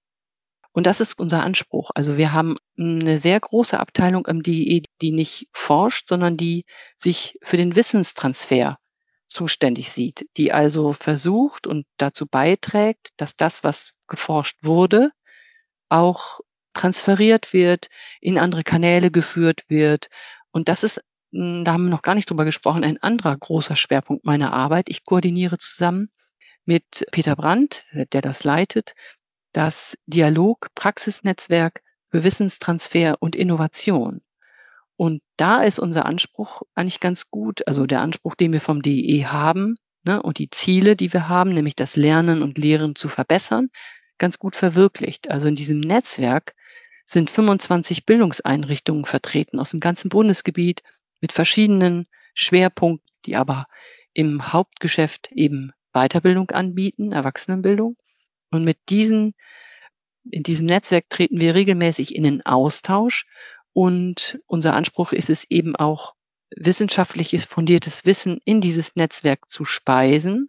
Und das ist unser Anspruch. Also wir haben eine sehr große Abteilung im DIE, die nicht forscht, sondern die sich für den Wissenstransfer zuständig sieht, die also versucht und dazu beiträgt, dass das, was geforscht wurde, auch transferiert wird, in andere Kanäle geführt wird. Und das ist, da haben wir noch gar nicht drüber gesprochen, ein anderer großer Schwerpunkt meiner Arbeit. Ich koordiniere zusammen mit Peter Brandt, der das leitet, das Dialog-Praxisnetzwerk für Wissenstransfer und Innovation. Und da ist unser Anspruch eigentlich ganz gut, also der Anspruch, den wir vom DIE haben, ne, und die Ziele, die wir haben, nämlich das Lernen und Lehren zu verbessern, ganz gut verwirklicht. Also in diesem Netzwerk sind 25 Bildungseinrichtungen vertreten aus dem ganzen Bundesgebiet mit verschiedenen Schwerpunkten, die aber im Hauptgeschäft eben Weiterbildung anbieten, Erwachsenenbildung. Und in diesem Netzwerk treten wir regelmäßig in den Austausch und unser Anspruch ist es eben auch, wissenschaftliches fundiertes Wissen in dieses Netzwerk zu speisen,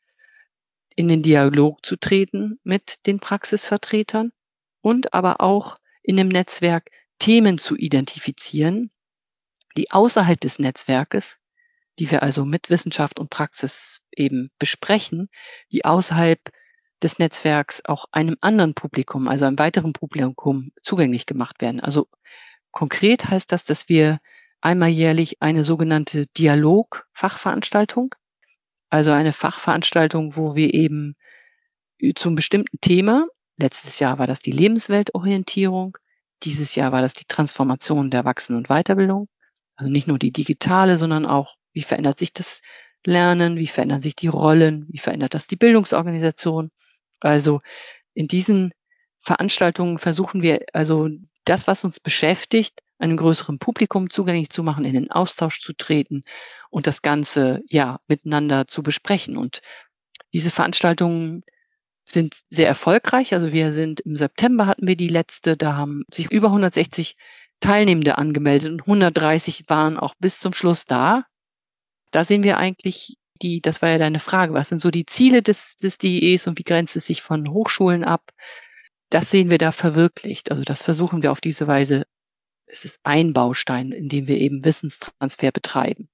in den Dialog zu treten mit den Praxisvertretern und aber auch in dem Netzwerk Themen zu identifizieren, die außerhalb des Netzwerkes, die wir also mit Wissenschaft und Praxis eben besprechen, die außerhalb des Netzwerks auch einem anderen Publikum, also einem weiteren Publikum zugänglich gemacht werden. Also konkret heißt das, dass wir einmal jährlich eine sogenannte Dialog-Fachveranstaltung, also eine Fachveranstaltung, wo wir eben zum bestimmten Thema, letztes Jahr war das die Lebensweltorientierung, dieses Jahr war das die Transformation der Erwachsenen- und Weiterbildung, also nicht nur die digitale, sondern auch, wie verändert sich das Lernen, wie verändern sich die Rollen, wie verändert das die Bildungsorganisation. Also in diesen Veranstaltungen versuchen wir also das, was uns beschäftigt, einem größeren Publikum zugänglich zu machen, in den Austausch zu treten und das Ganze ja miteinander zu besprechen. Und diese Veranstaltungen sind sehr erfolgreich. Also wir sind im September hatten wir die letzte, da haben sich über 160 Teilnehmende angemeldet und 130 waren auch bis zum Schluss da. Da sehen wir eigentlich das war ja deine Frage, was sind so die Ziele des DEEs und wie grenzt es sich von Hochschulen ab? Das sehen wir da verwirklicht. Also das versuchen wir auf diese Weise. Es ist ein Baustein, in dem wir eben Wissenstransfer betreiben.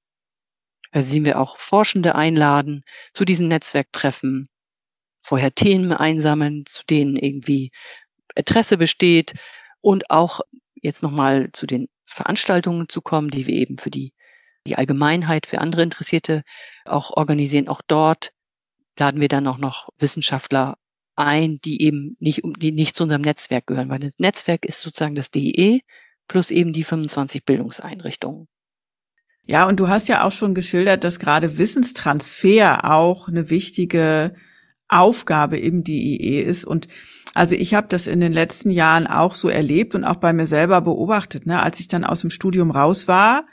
Da sehen wir auch Forschende einladen zu diesen Netzwerktreffen, vorher Themen einsammeln, zu denen irgendwie Interesse besteht und auch jetzt nochmal zu den Veranstaltungen zu kommen, die wir eben für die Allgemeinheit, für andere Interessierte auch organisieren. Auch dort laden wir dann auch noch Wissenschaftler ein, die eben nicht zu unserem Netzwerk gehören, weil das Netzwerk ist sozusagen das DEE plus eben die 25 Bildungseinrichtungen. Ja, und du hast ja auch schon geschildert, dass gerade Wissenstransfer auch eine wichtige Aufgabe im DEE ist. Und also ich habe das in den letzten Jahren auch so erlebt und auch bei mir selber beobachtet, ne? Als ich dann aus dem Studium raus war,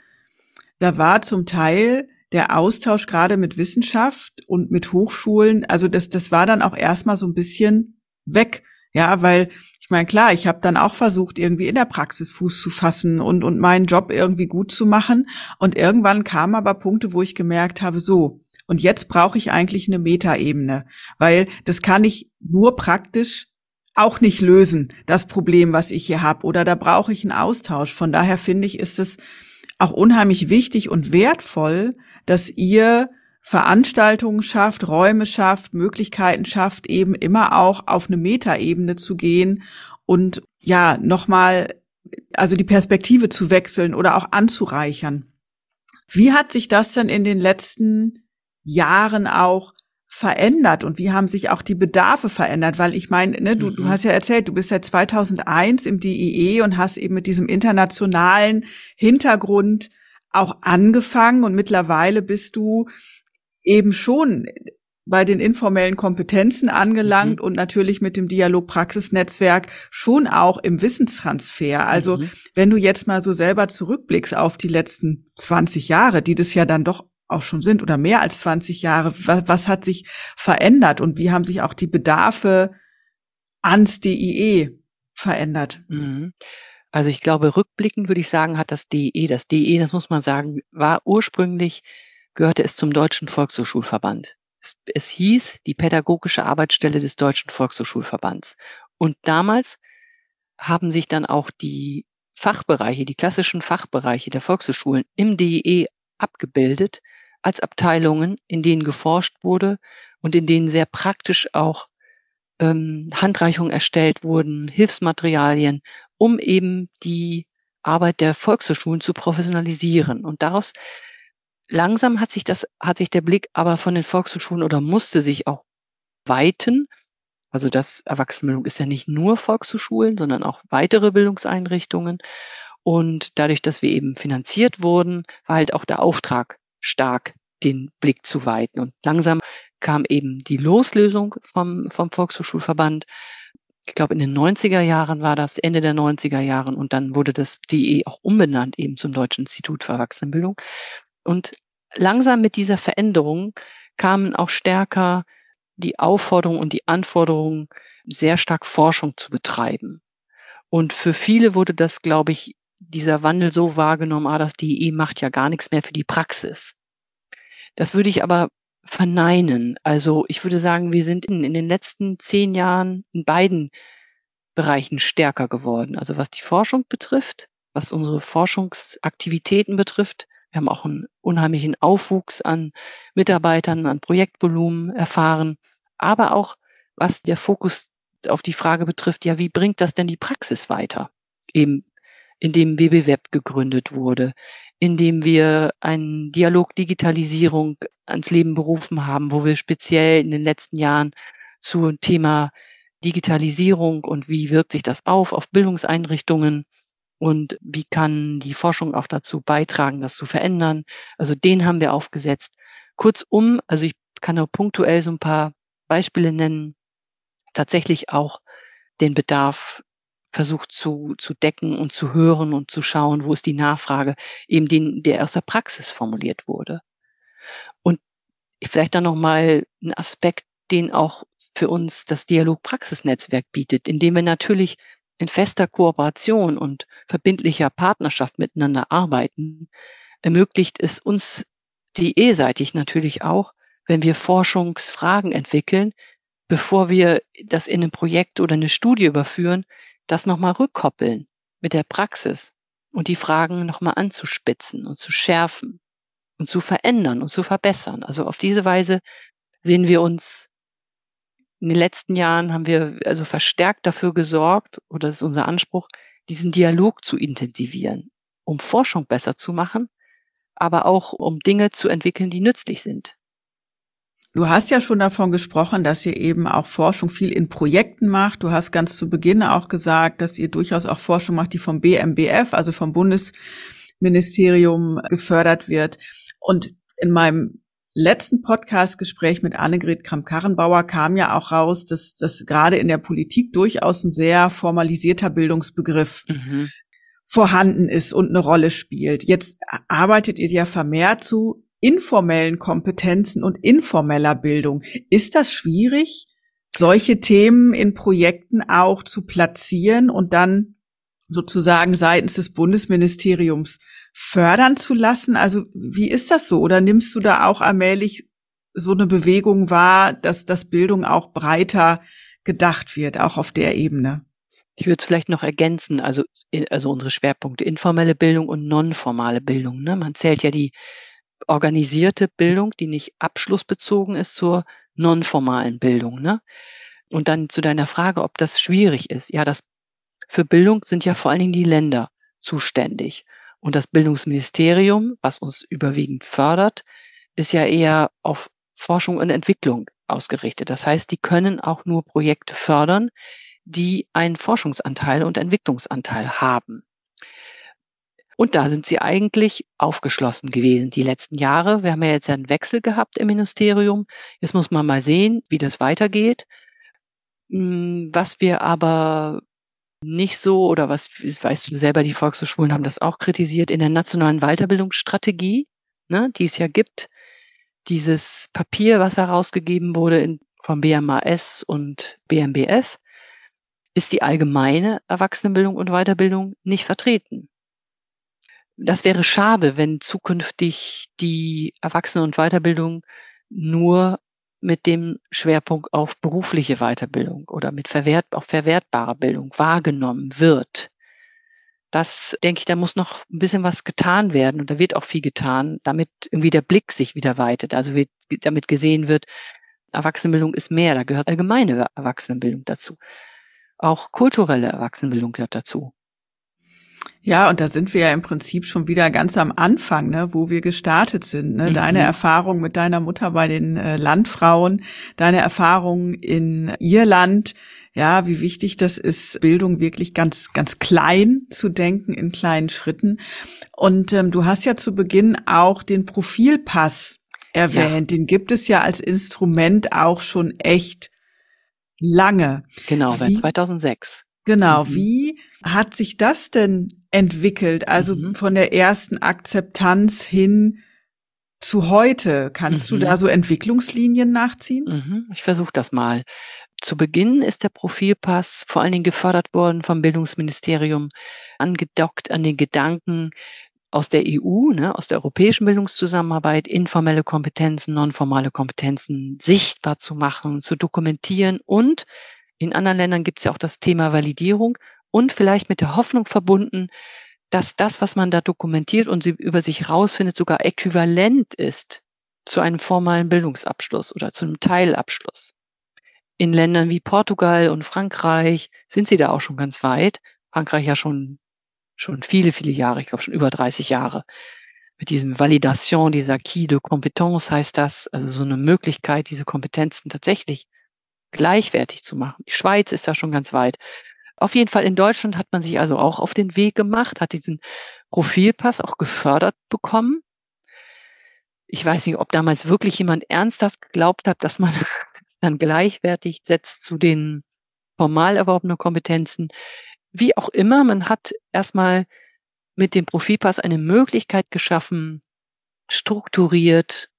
da war zum Teil der Austausch gerade mit Wissenschaft und mit Hochschulen, also das war dann auch erstmal so ein bisschen weg. Ja, weil ich meine, klar, ich habe dann auch versucht, irgendwie in der Praxis Fuß zu fassen und meinen Job irgendwie gut zu machen. Und irgendwann kamen aber Punkte, wo ich gemerkt habe, so, und jetzt brauche ich eigentlich eine Metaebene, weil das kann ich nur praktisch auch nicht lösen, das Problem, was ich hier habe. Oder da brauche ich einen Austausch. Von daher finde ich, ist es auch unheimlich wichtig und wertvoll, dass ihr Veranstaltungen schafft, Räume schafft, Möglichkeiten schafft, eben immer auch auf eine Metaebene zu gehen und ja, nochmal, also die Perspektive zu wechseln oder auch anzureichern. Wie hat sich das denn in den letzten Jahren auch verändert und wie haben sich auch die Bedarfe verändert? Weil ich meine, ne, du hast ja erzählt, du bist seit 2001 im DEE und hast eben mit diesem internationalen Hintergrund auch angefangen und mittlerweile bist du eben schon bei den informellen Kompetenzen angelangt und natürlich mit dem Dialog-Praxis-Netzwerk schon auch im Wissenstransfer. Also wenn du jetzt mal so selber zurückblickst auf die letzten 20 Jahre, die das ja dann doch auch schon sind oder mehr als 20 Jahre, was hat sich verändert und wie haben sich auch die Bedarfe ans DIE verändert? Also ich glaube, rückblickend würde ich sagen, hat das DIE, das muss man sagen, gehörte es zum Deutschen Volkshochschulverband. Es hieß die pädagogische Arbeitsstelle des Deutschen Volkshochschulverbands. Und damals haben sich dann auch die Fachbereiche, die klassischen Fachbereiche der Volkshochschulen im DIE abgebildet als Abteilungen, in denen geforscht wurde und in denen sehr praktisch auch Handreichungen erstellt wurden, Hilfsmaterialien, um eben die Arbeit der Volkshochschulen zu professionalisieren. Und daraus langsam hat sich der Blick aber von den Volkshochschulen oder musste sich auch weiten. Also das Erwachsenenbildung ist ja nicht nur Volkshochschulen, sondern auch weitere Bildungseinrichtungen. Und dadurch, dass wir eben finanziert wurden, war halt auch der Auftrag stark, den Blick zu weiten. Und langsam kam eben die Loslösung vom Volkshochschulverband. Ich glaube, in den 90er Jahren war das, Ende der 90er Jahren. Und dann wurde das DIE auch umbenannt eben zum Deutschen Institut für Erwachsenenbildung. Und langsam mit dieser Veränderung kamen auch stärker die Aufforderung und die Anforderung, sehr stark Forschung zu betreiben. Und für viele wurde das, glaube ich, dieser Wandel so wahrgenommen, das DIE macht ja gar nichts mehr für die Praxis. Das würde ich aber verneinen. Also ich würde sagen, wir sind in den letzten 10 Jahren in beiden Bereichen stärker geworden. Also was die Forschung betrifft, was unsere Forschungsaktivitäten betrifft. Wir haben auch einen unheimlichen Aufwuchs an Mitarbeitern, an Projektvolumen erfahren, aber auch was der Fokus auf die Frage betrifft, ja, wie bringt das denn die Praxis weiter? Eben indem WBWeb gegründet wurde, indem wir einen Dialog Digitalisierung ans Leben berufen haben, wo wir speziell in den letzten Jahren zum Thema Digitalisierung und wie wirkt sich das auf Bildungseinrichtungen und wie kann die Forschung auch dazu beitragen, das zu verändern. Also den haben wir aufgesetzt. Kurzum, also ich kann auch punktuell so ein paar Beispiele nennen, tatsächlich auch den Bedarf versucht zu decken und zu hören und zu schauen, wo ist die Nachfrage, eben der aus der Praxis formuliert wurde. Und vielleicht dann nochmal ein Aspekt, den auch für uns das Dialog-Praxis-Netzwerk bietet, indem wir natürlich in fester Kooperation und verbindlicher Partnerschaft miteinander arbeiten, ermöglicht es uns DE-seitig natürlich auch, wenn wir Forschungsfragen entwickeln, bevor wir das in ein Projekt oder eine Studie überführen, das nochmal rückkoppeln mit der Praxis und die Fragen nochmal anzuspitzen und zu schärfen und zu verändern und zu verbessern. Also auf diese Weise sehen wir uns, in den letzten Jahren haben wir also verstärkt dafür gesorgt, oder das ist unser Anspruch, diesen Dialog zu intensivieren, um Forschung besser zu machen, aber auch um Dinge zu entwickeln, die nützlich sind. Du hast ja schon davon gesprochen, dass ihr eben auch Forschung viel in Projekten macht. Du hast ganz zu Beginn auch gesagt, dass ihr durchaus auch Forschung macht, die vom BMBF, also vom Bundesministerium, gefördert wird. Und in meinem letzten Podcast-Gespräch mit Annegret Kramp-Karrenbauer kam ja auch raus, dass das gerade in der Politik durchaus ein sehr formalisierter Bildungsbegriff vorhanden ist und eine Rolle spielt. Jetzt arbeitet ihr ja vermehrt zu informellen Kompetenzen und informeller Bildung. Ist das schwierig, solche Themen in Projekten auch zu platzieren und dann sozusagen seitens des Bundesministeriums fördern zu lassen? Also wie ist das so? Oder nimmst du da auch allmählich so eine Bewegung wahr, dass das Bildung auch breiter gedacht wird, auch auf der Ebene? Ich würde es vielleicht noch ergänzen, also unsere Schwerpunkte, informelle Bildung und nonformale Bildung. Ne? Man zählt ja die organisierte Bildung, die nicht abschlussbezogen ist, zur nonformalen Bildung. Ne? Und dann zu deiner Frage, ob das schwierig ist. Ja, für Bildung sind ja vor allen Dingen die Länder zuständig. Und das Bildungsministerium, was uns überwiegend fördert, ist ja eher auf Forschung und Entwicklung ausgerichtet. Das heißt, die können auch nur Projekte fördern, die einen Forschungsanteil und Entwicklungsanteil haben. Und da sind sie eigentlich aufgeschlossen gewesen die letzten Jahre. Wir haben ja jetzt einen Wechsel gehabt im Ministerium. Jetzt muss man mal sehen, wie das weitergeht. Was wir aber nicht so, oder was weißt du selber, die Volkshochschulen haben das auch kritisiert, in der nationalen Weiterbildungsstrategie, ne, die es ja gibt, dieses Papier, was herausgegeben wurde vom BMAS und BMBF, ist die allgemeine Erwachsenenbildung und Weiterbildung nicht vertreten. Das wäre schade, wenn zukünftig die Erwachsenen- und Weiterbildung nur mit dem Schwerpunkt auf berufliche Weiterbildung oder mit auf verwertbare Bildung wahrgenommen wird. Das, denke ich, da muss noch ein bisschen was getan werden und da wird auch viel getan, damit irgendwie der Blick sich wieder weitet. Also damit gesehen wird, Erwachsenenbildung ist mehr, da gehört allgemeine Erwachsenenbildung dazu. Auch kulturelle Erwachsenenbildung gehört dazu. Ja, und da sind wir ja im Prinzip schon wieder ganz am Anfang, ne, wo wir gestartet sind. Ne? Deine Erfahrung mit deiner Mutter bei den Landfrauen, deine Erfahrung in Irland, ja, wie wichtig das ist, Bildung wirklich ganz, ganz klein zu denken, in kleinen Schritten. Und du hast ja zu Beginn auch den Profilpass erwähnt. Ja. Den gibt es ja als Instrument auch schon echt lange. Genau, seit 2006. Genau, wie hat sich das denn entwickelt? Also von der ersten Akzeptanz hin zu heute. Kannst du da so Entwicklungslinien nachziehen? Ich versuche das mal. Zu Beginn ist der Profilpass vor allen Dingen gefördert worden vom Bildungsministerium, angedockt an den Gedanken aus der EU, ne, aus der europäischen Bildungszusammenarbeit, informelle Kompetenzen, nonformale Kompetenzen sichtbar zu machen, zu dokumentieren, und in anderen Ländern gibt es ja auch das Thema Validierung und vielleicht mit der Hoffnung verbunden, dass das, was man da dokumentiert und über sich rausfindet, sogar äquivalent ist zu einem formalen Bildungsabschluss oder zu einem Teilabschluss. In Ländern wie Portugal und Frankreich sind sie da auch schon ganz weit. Frankreich ja schon viele, viele Jahre, ich glaube schon über 30 Jahre. Mit diesem Validation des Acquis de Compétence heißt das, also so eine Möglichkeit, diese Kompetenzen tatsächlich gleichwertig zu machen. Die Schweiz ist da schon ganz weit. Auf jeden Fall in Deutschland hat man sich also auch auf den Weg gemacht, hat diesen Profilpass auch gefördert bekommen. Ich weiß nicht, ob damals wirklich jemand ernsthaft geglaubt hat, dass man es dann gleichwertig setzt zu den formal erworbenen Kompetenzen. Wie auch immer, man hat erstmal mit dem Profilpass eine Möglichkeit geschaffen, strukturiert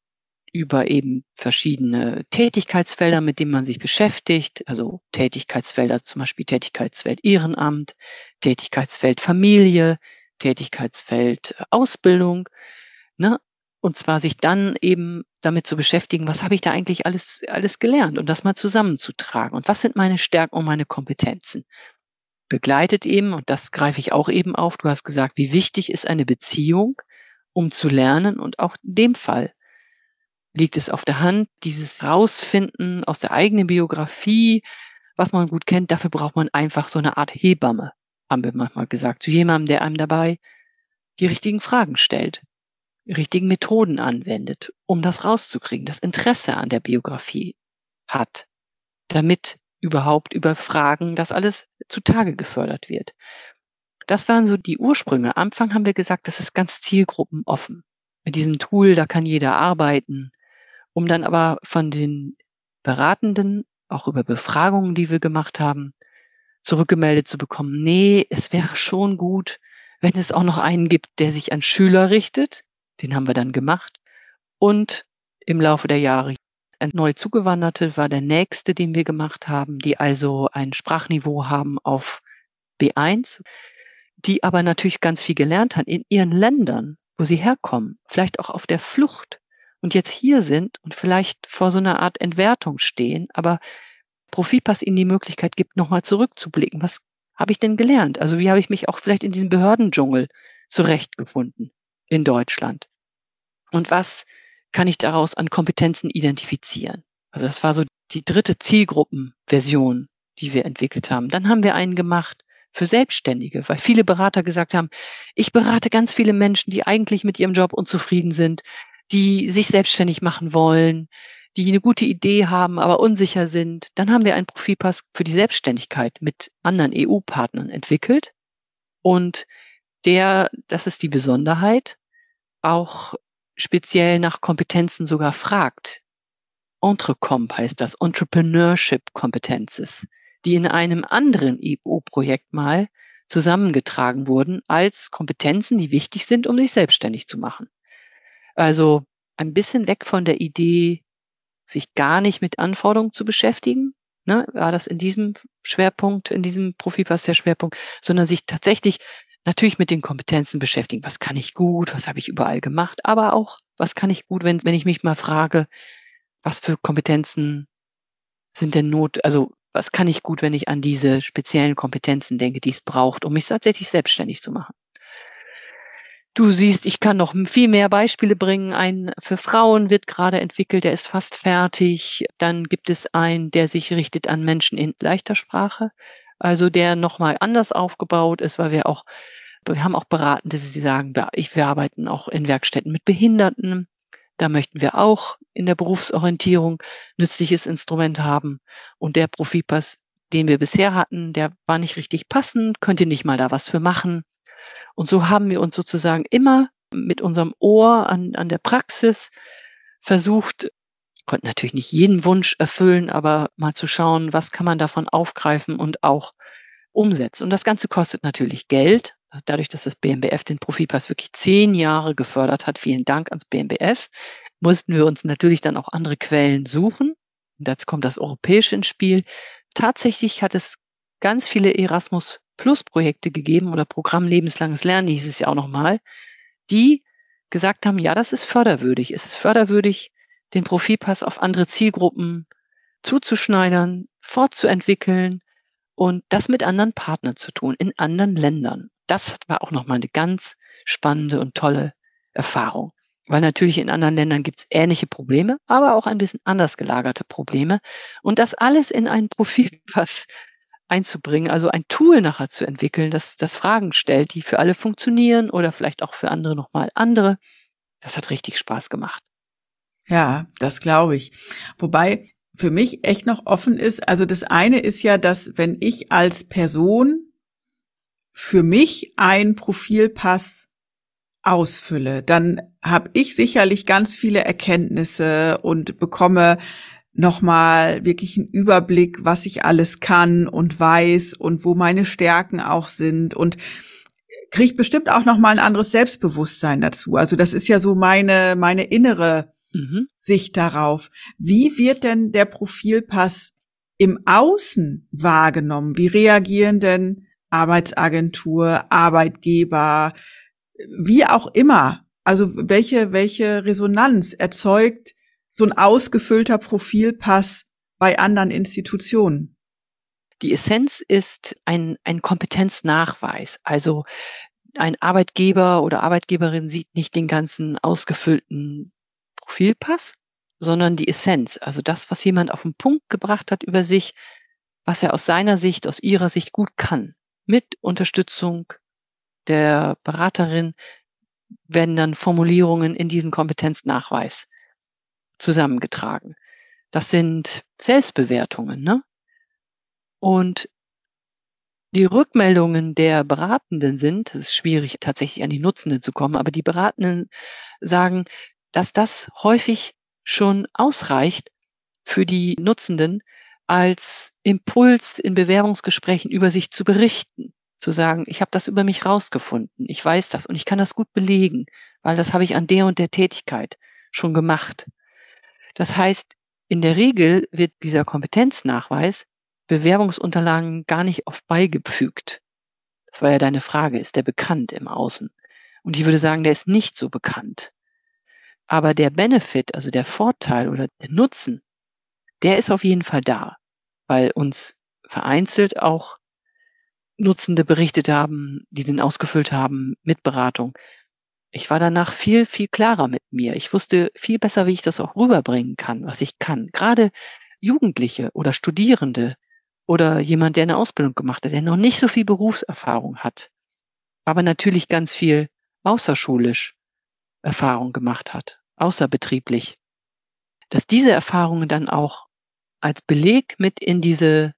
über eben verschiedene Tätigkeitsfelder, mit denen man sich beschäftigt, also Tätigkeitsfelder, zum Beispiel Tätigkeitsfeld Ehrenamt, Tätigkeitsfeld Familie, Tätigkeitsfeld Ausbildung, ne? Und zwar sich dann eben damit zu beschäftigen, was habe ich da eigentlich alles gelernt und das mal zusammenzutragen und was sind meine Stärken und meine Kompetenzen. Begleitet eben, und das greife ich auch eben auf, du hast gesagt, wie wichtig ist eine Beziehung, um zu lernen, und auch in dem Fall liegt es auf der Hand, dieses Rausfinden aus der eigenen Biografie, was man gut kennt, dafür braucht man einfach so eine Art Hebamme, haben wir manchmal gesagt, zu jemandem, der einem dabei die richtigen Fragen stellt, die richtigen Methoden anwendet, um das rauszukriegen, das Interesse an der Biografie hat, damit überhaupt über Fragen das alles zutage gefördert wird. Das waren so die Ursprünge. Am Anfang haben wir gesagt, das ist ganz zielgruppenoffen. Mit diesem Tool, da kann jeder arbeiten, um dann aber von den Beratenden, auch über Befragungen, die wir gemacht haben, zurückgemeldet zu bekommen, nee, es wäre schon gut, wenn es auch noch einen gibt, der sich an Schüler richtet. Den haben wir dann gemacht. Und im Laufe der Jahre ein neu Zugewanderte war der nächste, den wir gemacht haben, die also ein Sprachniveau haben auf B1, die aber natürlich ganz viel gelernt haben in ihren Ländern, wo sie herkommen, vielleicht auch auf der Flucht und jetzt hier sind und vielleicht vor so einer Art Entwertung stehen, aber Profilpass ihnen die Möglichkeit gibt, nochmal zurückzublicken. Was habe ich denn gelernt? Also wie habe ich mich auch vielleicht in diesem Behördendschungel zurechtgefunden in Deutschland? Und was kann ich daraus an Kompetenzen identifizieren? Also das war so die dritte Zielgruppenversion, die wir entwickelt haben. Dann haben wir einen gemacht für Selbstständige, weil viele Berater gesagt haben, ich berate ganz viele Menschen, die eigentlich mit ihrem Job unzufrieden sind, die sich selbstständig machen wollen, die eine gute Idee haben, aber unsicher sind. Dann haben wir einen Profilpass für die Selbstständigkeit mit anderen EU-Partnern entwickelt. Und das ist die Besonderheit, auch speziell nach Kompetenzen sogar fragt. Entrecomp heißt das, Entrepreneurship Competences, die in einem anderen EU-Projekt mal zusammengetragen wurden als Kompetenzen, die wichtig sind, um sich selbstständig zu machen. Also ein bisschen weg von der Idee, sich gar nicht mit Anforderungen zu beschäftigen, ne, war das in diesem Schwerpunkt, in diesem Profilpass der Schwerpunkt, sondern sich tatsächlich natürlich mit den Kompetenzen beschäftigen. Was kann ich gut? Was habe ich überall gemacht? Aber auch, was kann ich gut, wenn ich mich mal frage, was für Kompetenzen sind denn also was kann ich gut, wenn ich an diese speziellen Kompetenzen denke, die es braucht, um mich tatsächlich selbstständig zu machen? Du siehst, ich kann noch viel mehr Beispiele bringen. Ein für Frauen wird gerade entwickelt, der ist fast fertig. Dann gibt es einen, der sich richtet an Menschen in leichter Sprache, also der nochmal anders aufgebaut ist, weil wir haben auch Beratende, die sagen, wir arbeiten auch in Werkstätten mit Behinderten. Da möchten wir auch in der Berufsorientierung nützliches Instrument haben. Und der Profilpass, den wir bisher hatten, der war nicht richtig passend. Könnt ihr nicht mal da was für machen? Und so haben wir uns sozusagen immer mit unserem Ohr an der Praxis versucht, konnten natürlich nicht jeden Wunsch erfüllen, aber mal zu schauen, was kann man davon aufgreifen und auch umsetzen. Und das Ganze kostet natürlich Geld. Also dadurch, dass das BMBF den Profilpass wirklich 10 Jahre gefördert hat, vielen Dank ans BMBF, mussten wir uns natürlich dann auch andere Quellen suchen. Und jetzt kommt das Europäische ins Spiel. Tatsächlich hat es ganz viele Erasmus-Plus-Projekte gegeben oder Programm Lebenslanges Lernen, hieß es ja auch nochmal, die gesagt haben, ja, das ist förderwürdig. Es ist förderwürdig, den Profilpass auf andere Zielgruppen zuzuschneidern, fortzuentwickeln und das mit anderen Partnern zu tun, in anderen Ländern. Das war auch nochmal eine ganz spannende und tolle Erfahrung. Weil natürlich in anderen Ländern gibt es ähnliche Probleme, aber auch ein bisschen anders gelagerte Probleme. Und das alles in ein Profilpass einzubringen, also ein Tool nachher zu entwickeln, das Fragen stellt, die für alle funktionieren oder vielleicht auch für andere nochmal andere. Das hat richtig Spaß gemacht. Ja, das glaube ich. Wobei für mich echt noch offen ist, also das eine ist ja, dass wenn ich als Person für mich einen Profilpass ausfülle, dann habe ich sicherlich ganz viele Erkenntnisse und bekomme nochmal wirklich einen Überblick, was ich alles kann und weiß und wo meine Stärken auch sind und kriege bestimmt auch nochmal ein anderes Selbstbewusstsein dazu. Also das ist ja so meine innere Sicht darauf. Wie wird denn der Profilpass im Außen wahrgenommen? Wie reagieren denn Arbeitsagentur, Arbeitgeber, wie auch immer? Also welche Resonanz erzeugt so ein ausgefüllter Profilpass bei anderen Institutionen? Die Essenz ist ein Kompetenznachweis. Also ein Arbeitgeber oder Arbeitgeberin sieht nicht den ganzen ausgefüllten Profilpass, sondern die Essenz. Also das, was jemand auf den Punkt gebracht hat über sich, was er aus seiner Sicht, aus ihrer Sicht gut kann. Mit Unterstützung der Beraterin werden dann Formulierungen in diesen Kompetenznachweis zusammengetragen. Das sind Selbstbewertungen, ne? Und die Rückmeldungen der Beratenden sind, es ist schwierig tatsächlich an die Nutzenden zu kommen, aber die Beratenden sagen, dass das häufig schon ausreicht für die Nutzenden als Impuls in Bewerbungsgesprächen über sich zu berichten, zu sagen, ich habe das über mich rausgefunden, ich weiß das und ich kann das gut belegen, weil das habe ich an der und der Tätigkeit schon gemacht. Das heißt, in der Regel wird dieser Kompetenznachweis Bewerbungsunterlagen gar nicht oft beigefügt. Das war ja deine Frage, ist der bekannt im Außen? Und ich würde sagen, der ist nicht so bekannt. Aber der Benefit, also der Vorteil oder der Nutzen, der ist auf jeden Fall da, weil uns vereinzelt auch Nutzende berichtet haben, die den ausgefüllt haben mit Beratung. Ich war danach viel, viel klarer mit mir. Ich wusste viel besser, wie ich das auch rüberbringen kann, was ich kann. Gerade Jugendliche oder Studierende oder jemand, der eine Ausbildung gemacht hat, der noch nicht so viel Berufserfahrung hat, aber natürlich ganz viel außerschulisch Erfahrung gemacht hat, außerbetrieblich, dass diese Erfahrungen dann auch als Beleg mit in diese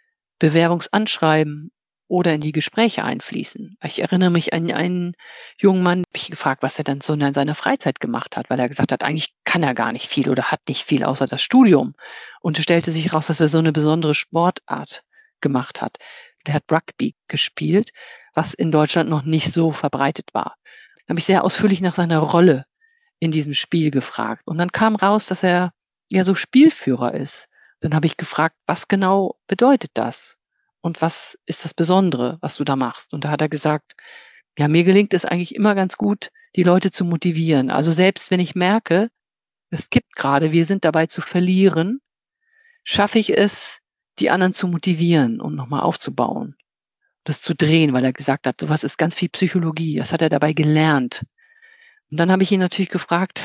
Bewerbungsanschreiben oder in die Gespräche einfließen. Ich erinnere mich an einen jungen Mann, habe ich gefragt, was er dann so in seiner Freizeit gemacht hat, weil er gesagt hat, eigentlich kann er gar nicht viel oder hat nicht viel außer das Studium. Und es stellte sich heraus, dass er so eine besondere Sportart gemacht hat. Der hat Rugby gespielt, was in Deutschland noch nicht so verbreitet war. Da habe ich sehr ausführlich nach seiner Rolle in diesem Spiel gefragt. Und dann kam raus, dass er ja so Spielführer ist. Dann habe ich gefragt, was genau bedeutet das? Und was ist das Besondere, was du da machst? Und da hat er gesagt, ja, mir gelingt es eigentlich immer ganz gut, die Leute zu motivieren. Also selbst wenn ich merke, es kippt gerade, wir sind dabei zu verlieren, schaffe ich es, die anderen zu motivieren und nochmal aufzubauen, das zu drehen, weil er gesagt hat, sowas ist ganz viel Psychologie, das hat er dabei gelernt. Und dann habe ich ihn natürlich gefragt,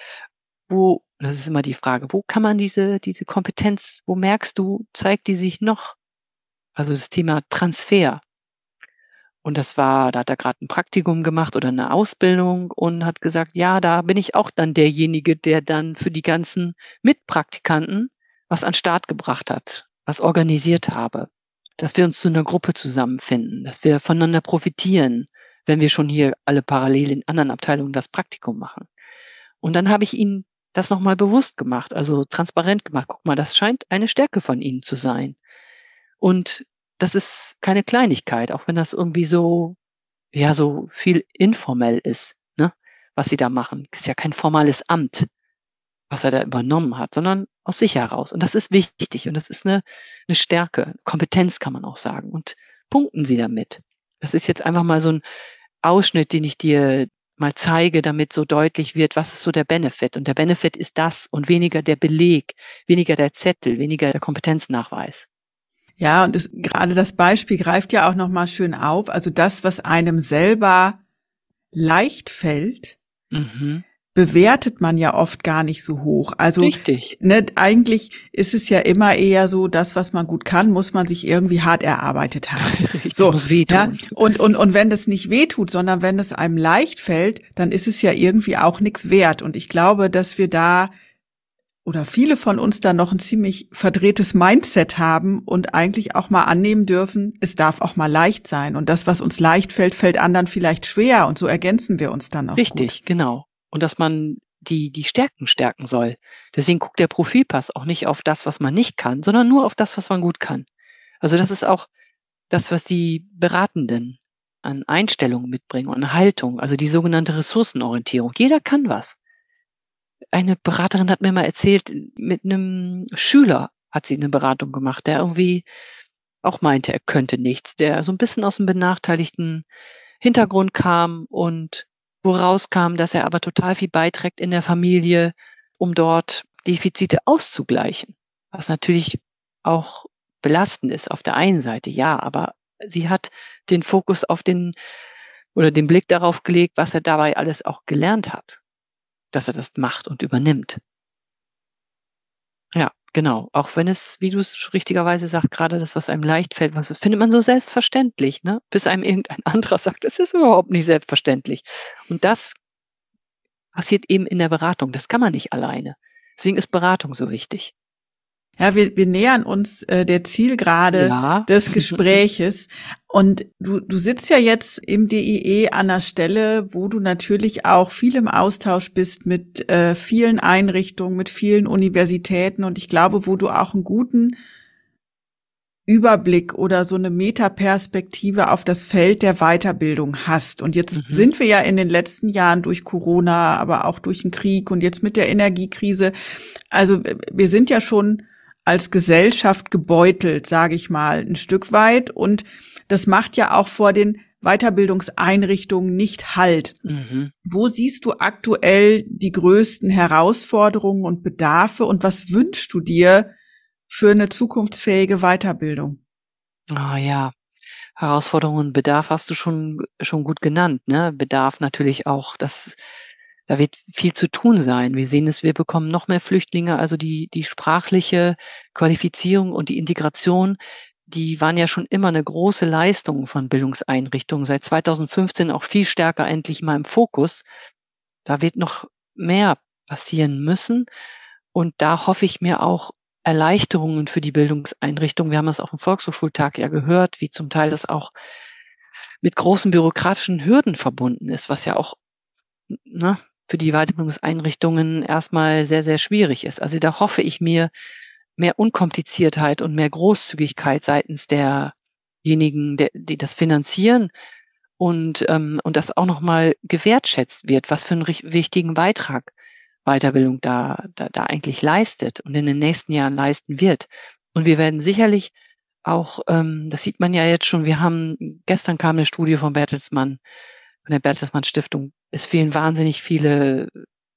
das ist immer die Frage, wo kann man diese Kompetenz, wo merkst du, zeigt die sich noch? Also das Thema Transfer. Und da hat er gerade ein Praktikum gemacht oder eine Ausbildung und hat gesagt, ja, da bin ich auch dann derjenige, der dann für die ganzen Mitpraktikanten was an den Start gebracht hat, was organisiert habe, dass wir uns zu einer Gruppe zusammenfinden, dass wir voneinander profitieren, wenn wir schon hier alle parallel in anderen Abteilungen das Praktikum machen. Und dann habe ich ihm das nochmal bewusst gemacht, also transparent gemacht. Guck mal, das scheint eine Stärke von Ihnen zu sein. Und das ist keine Kleinigkeit, auch wenn das irgendwie so viel informell ist, ne, was Sie da machen. Das ist ja kein formales Amt, was er da übernommen hat, sondern aus sich heraus. Und das ist wichtig und das ist eine Stärke, Kompetenz kann man auch sagen. Und punkten Sie damit. Das ist jetzt einfach mal so ein Ausschnitt, den ich dir mal zeige, damit so deutlich wird, was ist so der Benefit. Und der Benefit ist das und weniger der Beleg, weniger der Zettel, weniger der Kompetenznachweis. Ja, und gerade das Beispiel greift ja auch nochmal schön auf. Also das, was einem selber leicht fällt, bewertet man ja oft gar nicht so hoch. Also Richtig. ne, eigentlich ist es ja immer eher so, das, was man gut kann, muss man sich irgendwie hart erarbeitet haben. Richtig, So, muss wehtun. ja, und wenn das nicht wehtut, sondern wenn es einem leicht fällt, dann ist es ja irgendwie auch nichts wert. Und ich glaube, dass wir da oder viele von uns da noch ein ziemlich verdrehtes Mindset haben und eigentlich auch mal annehmen dürfen, es darf auch mal leicht sein. Und das, was uns leicht fällt, fällt anderen vielleicht schwer. Und so ergänzen wir uns dann auch Richtig, gut. genau. Und dass man die Stärken stärken soll. Deswegen guckt der Profilpass auch nicht auf das, was man nicht kann, sondern nur auf das, was man gut kann. Also das ist auch das, was die Beratenden an Einstellungen mitbringen und an Haltung, also die sogenannte Ressourcenorientierung. Jeder kann was. Eine Beraterin hat mir mal erzählt, mit einem Schüler hat sie eine Beratung gemacht, der irgendwie auch meinte, er könnte nichts, der so ein bisschen aus dem benachteiligten Hintergrund kam und wo rauskam, dass er aber total viel beiträgt in der Familie, um dort Defizite auszugleichen. Was natürlich auch belastend ist auf der einen Seite, ja, aber sie hat den Fokus auf den Blick darauf gelegt, was er dabei alles auch gelernt hat, dass er das macht und übernimmt. Ja, genau. Auch wenn es, wie du es richtigerweise sagst, gerade das, was einem leicht fällt, das findet man so selbstverständlich, ne? Bis einem irgendein anderer sagt, das ist überhaupt nicht selbstverständlich. Und das passiert eben in der Beratung. Das kann man nicht alleine. Deswegen ist Beratung so wichtig. Ja, wir nähern uns der Zielgerade des Gespräches. Und du sitzt ja jetzt im DIE an einer Stelle, wo du natürlich auch viel im Austausch bist mit vielen Einrichtungen, mit vielen Universitäten. Und ich glaube, wo du auch einen guten Überblick oder so eine Metaperspektive auf das Feld der Weiterbildung hast. Und jetzt sind wir ja in den letzten Jahren durch Corona, aber auch durch den Krieg und jetzt mit der Energiekrise. Also wir sind ja schon als Gesellschaft gebeutelt, sage ich mal, ein Stück weit. Und das macht ja auch vor den Weiterbildungseinrichtungen nicht Halt. Wo siehst du aktuell die größten Herausforderungen und Bedarfe und was wünschst du dir für eine zukunftsfähige Weiterbildung? Ah ja, Herausforderungen und Bedarf hast du schon gut genannt, ne? Bedarf natürlich auch, da wird viel zu tun sein. Wir sehen es, wir bekommen noch mehr Flüchtlinge, also die sprachliche Qualifizierung und die Integration, die waren ja schon immer eine große Leistung von Bildungseinrichtungen. Seit 2015 auch viel stärker endlich mal im Fokus. Da wird noch mehr passieren müssen. Und da hoffe ich mir auch Erleichterungen für die Bildungseinrichtungen. Wir haben es auf dem Volkshochschultag ja gehört, wie zum Teil das auch mit großen bürokratischen Hürden verbunden ist, was ja auch, ne, für die Weiterbildungseinrichtungen erstmal sehr, sehr schwierig ist. Also da hoffe ich mir mehr Unkompliziertheit und mehr Großzügigkeit seitens derjenigen, die das finanzieren und das auch nochmal gewertschätzt wird, was für einen wichtigen Beitrag Weiterbildung da eigentlich leistet und in den nächsten Jahren leisten wird. Und wir werden sicherlich auch, das sieht man ja jetzt schon, gestern kam eine Studie von der Bertelsmann Stiftung, es fehlen wahnsinnig viele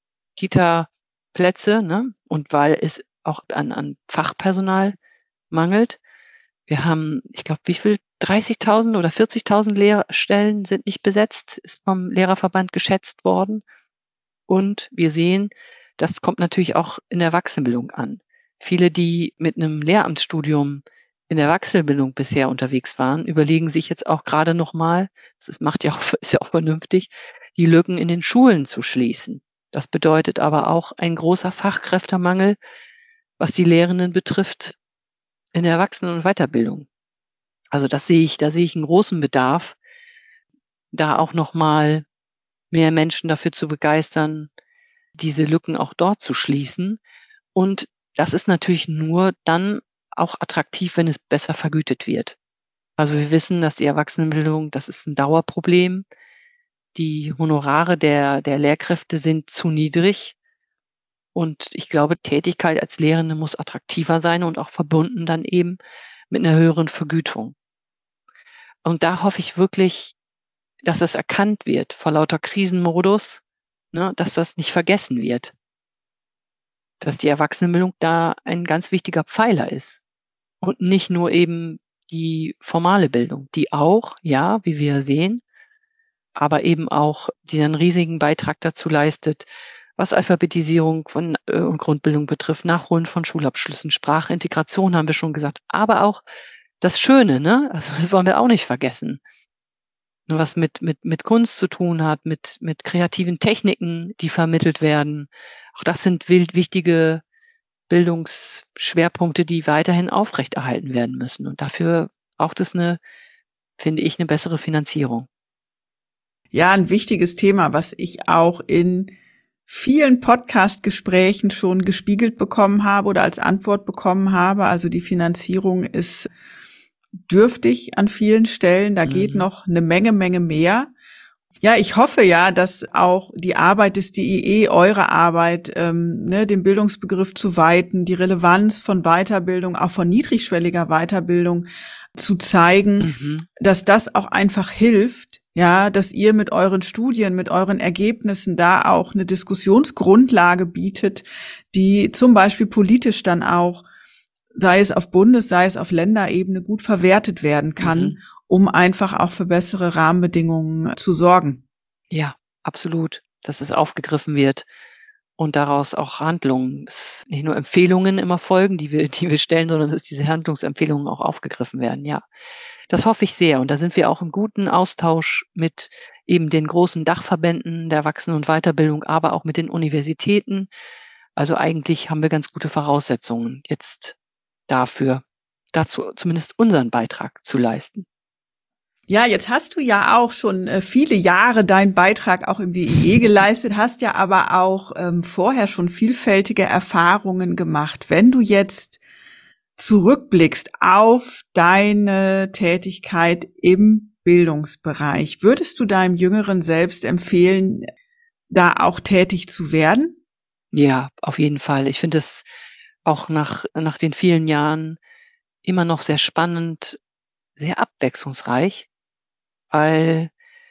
Kita-Plätze, ne? Und weil es auch an Fachpersonal mangelt. Wir haben, ich glaube, 30.000 oder 40.000 Lehrstellen sind nicht besetzt, ist vom Lehrerverband geschätzt worden. Und wir sehen, das kommt natürlich auch in der Erwachsenenbildung an. Viele, die mit einem Lehramtsstudium in der Erwachsenenbildung bisher unterwegs waren, überlegen sich jetzt auch gerade nochmal, ist ja auch vernünftig, die Lücken in den Schulen zu schließen. Das bedeutet aber auch ein großer Fachkräftemangel, was die Lehrenden betrifft, in der Erwachsenen- und Weiterbildung. Also da sehe ich einen großen Bedarf, da auch nochmal mehr Menschen dafür zu begeistern, diese Lücken auch dort zu schließen. Und das ist natürlich nur dann auch attraktiv, wenn es besser vergütet wird. Also wir wissen, dass die Erwachsenenbildung, das ist ein Dauerproblem. Die Honorare der Lehrkräfte sind zu niedrig. Und ich glaube, Tätigkeit als Lehrende muss attraktiver sein und auch verbunden dann eben mit einer höheren Vergütung. Und da hoffe ich wirklich, dass das erkannt wird vor lauter Krisenmodus, ne, dass das nicht vergessen wird. Dass die Erwachsenenbildung da ein ganz wichtiger Pfeiler ist. Und nicht nur eben die formale Bildung, die auch, ja, wie wir sehen, aber eben auch, die einen riesigen Beitrag dazu leistet, was Alphabetisierung und Grundbildung betrifft, Nachholen von Schulabschlüssen, Sprachintegration haben wir schon gesagt, aber auch das Schöne, ne? Also das wollen wir auch nicht vergessen. Was mit Kunst zu tun hat, mit kreativen Techniken, die vermittelt werden. Auch das sind wichtige Bildungsschwerpunkte, die weiterhin aufrechterhalten werden müssen. Und dafür braucht es finde ich, eine bessere Finanzierung. Ja, ein wichtiges Thema, was ich auch in vielen Podcast-Gesprächen schon gespiegelt bekommen habe oder als Antwort bekommen habe. Also die Finanzierung ist dürftig an vielen Stellen. Da geht noch eine Menge mehr. Ja, ich hoffe ja, dass auch die Arbeit des DIE, eure Arbeit, den Bildungsbegriff zu weiten, die Relevanz von Weiterbildung, auch von niedrigschwelliger Weiterbildung zu zeigen, dass das auch einfach hilft, ja, dass ihr mit euren Studien, mit euren Ergebnissen da auch eine Diskussionsgrundlage bietet, die zum Beispiel politisch dann auch, sei es auf Bundes-, sei es auf Länderebene, gut verwertet werden kann, um einfach auch für bessere Rahmenbedingungen zu sorgen. Ja, absolut, dass es aufgegriffen wird und daraus auch Handlungen, nicht nur Empfehlungen immer folgen, die wir stellen, sondern dass diese Handlungsempfehlungen auch aufgegriffen werden. Ja, das hoffe ich sehr. Und da sind wir auch im guten Austausch mit eben den großen Dachverbänden der Erwachsenen- und Weiterbildung, aber auch mit den Universitäten. Also eigentlich haben wir ganz gute Voraussetzungen jetzt dazu zumindest unseren Beitrag zu leisten. Ja, jetzt hast du ja auch schon viele Jahre deinen Beitrag auch im DIE geleistet, hast ja aber auch vorher schon vielfältige Erfahrungen gemacht. Wenn du jetzt zurückblickst auf deine Tätigkeit im Bildungsbereich, würdest du deinem jüngeren Selbst empfehlen, da auch tätig zu werden? Ja, auf jeden Fall. Ich finde es auch nach den vielen Jahren immer noch sehr spannend, sehr abwechslungsreich, weil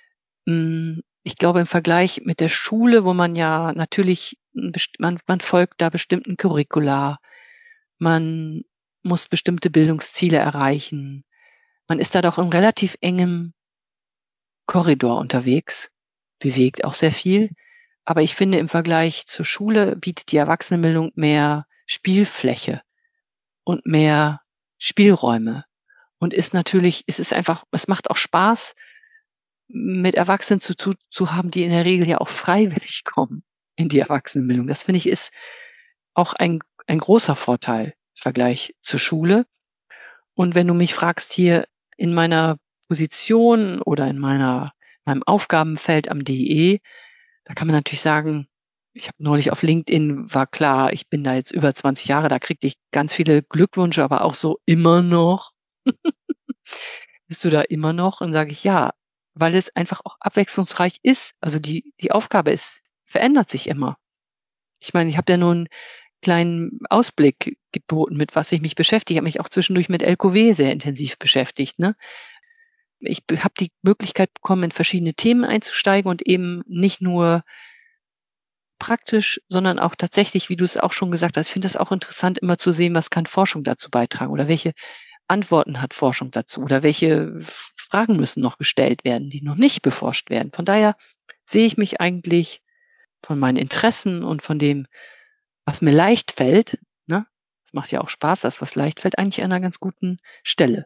ich glaube, im Vergleich mit der Schule, wo man ja natürlich, man folgt da bestimmten Curricula, man muss bestimmte Bildungsziele erreichen. Man ist da doch in relativ engem Korridor unterwegs, bewegt auch sehr viel. Aber ich finde, im Vergleich zur Schule bietet die Erwachsenenbildung mehr Spielfläche und mehr Spielräume. Und es macht auch Spaß, mit Erwachsenen zu haben, die in der Regel ja auch freiwillig kommen in die Erwachsenenbildung. Das finde ich ist auch ein großer Vorteil im Vergleich zur Schule. Und wenn du mich fragst hier in meiner Position oder in meinem Aufgabenfeld am DIE, da kann man natürlich sagen, ich habe neulich auf LinkedIn, war klar, ich bin da jetzt über 20 Jahre, da kriegte ich ganz viele Glückwünsche, aber auch so immer noch. Bist du da immer noch? Und sage ich ja, weil es einfach auch abwechslungsreich ist. Also die Aufgabe verändert sich immer. Ich meine, ich habe ja nur einen kleinen Ausblick geboten, mit was ich mich beschäftige. Ich habe mich auch zwischendurch mit LKW sehr intensiv beschäftigt. Ne? Ich habe die Möglichkeit bekommen, in verschiedene Themen einzusteigen und eben nicht nur praktisch, sondern auch tatsächlich, wie du es auch schon gesagt hast, ich finde das auch interessant, immer zu sehen, was kann Forschung dazu beitragen oder welche Antworten hat Forschung dazu oder welche Fragen müssen noch gestellt werden, die noch nicht beforscht werden. Von daher sehe ich mich eigentlich von meinen Interessen und von dem, was mir leicht fällt, ne? Es macht ja auch Spaß, dass was leicht fällt, eigentlich an einer ganz guten Stelle.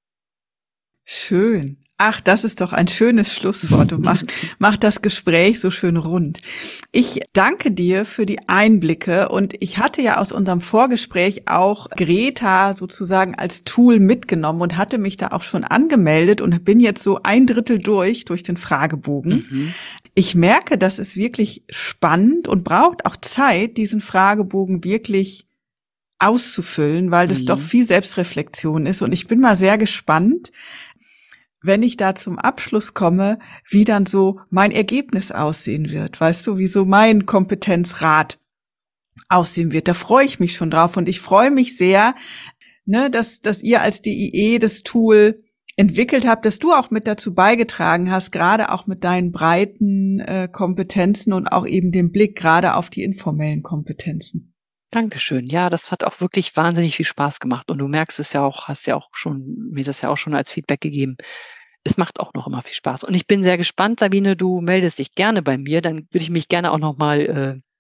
Schön. Ach, das ist doch ein schönes Schlusswort und macht das Gespräch so schön rund. Ich danke dir für die Einblicke und ich hatte ja aus unserem Vorgespräch auch Greta sozusagen als Tool mitgenommen und hatte mich da auch schon angemeldet und bin jetzt so 1/3 durch den Fragebogen. Ich merke, das ist wirklich spannend und braucht auch Zeit, diesen Fragebogen wirklich auszufüllen, weil das doch viel Selbstreflexion ist und ich bin mal sehr gespannt, wenn ich da zum Abschluss komme, wie dann so mein Ergebnis aussehen wird. Weißt du, wie so mein Kompetenzrat aussehen wird. Da freue ich mich schon drauf und ich freue mich sehr, ne, dass ihr als DIE das Tool entwickelt habt, dass du auch mit dazu beigetragen hast, gerade auch mit deinen breiten Kompetenzen und auch eben dem Blick gerade auf die informellen Kompetenzen. Dankeschön. Ja, das hat auch wirklich wahnsinnig viel Spaß gemacht. Und du merkst es ja auch, hast ja auch schon, mir das ja auch schon als Feedback gegeben. Es macht auch noch immer viel Spaß. Und ich bin sehr gespannt, Sabine, du meldest dich gerne bei mir. Dann würde ich mich gerne auch nochmal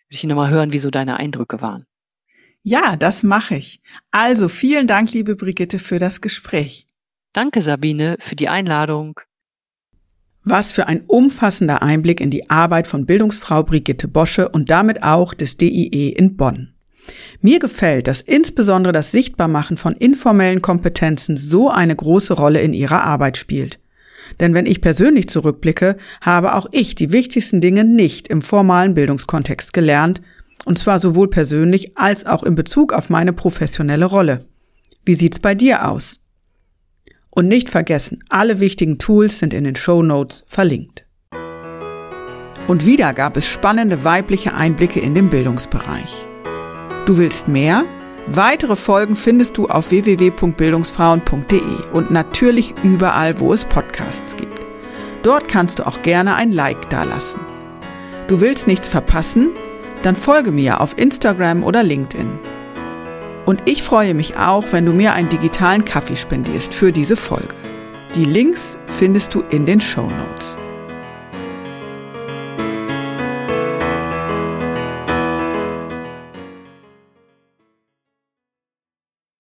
ich nochmal hören, wie so deine Eindrücke waren. Ja, das mache ich. Also vielen Dank, liebe Brigitte, für das Gespräch. Danke, Sabine, für die Einladung. Was für ein umfassender Einblick in die Arbeit von Bildungsfrau Brigitte Bosche und damit auch des DIE in Bonn. Mir gefällt, dass insbesondere das Sichtbarmachen von informellen Kompetenzen so eine große Rolle in ihrer Arbeit spielt. Denn wenn ich persönlich zurückblicke, habe auch ich die wichtigsten Dinge nicht im formalen Bildungskontext gelernt, und zwar sowohl persönlich als auch in Bezug auf meine professionelle Rolle. Wie sieht's bei dir aus? Und nicht vergessen, alle wichtigen Tools sind in den Shownotes verlinkt. Und wieder gab es spannende weibliche Einblicke in den Bildungsbereich. Du willst mehr? Weitere Folgen findest du auf www.bildungsfrauen.de und natürlich überall, wo es Podcasts gibt. Dort kannst du auch gerne ein Like dalassen. Du willst nichts verpassen? Dann folge mir auf Instagram oder LinkedIn. Und ich freue mich auch, wenn du mir einen digitalen Kaffee spendierst für diese Folge. Die Links findest du in den Shownotes.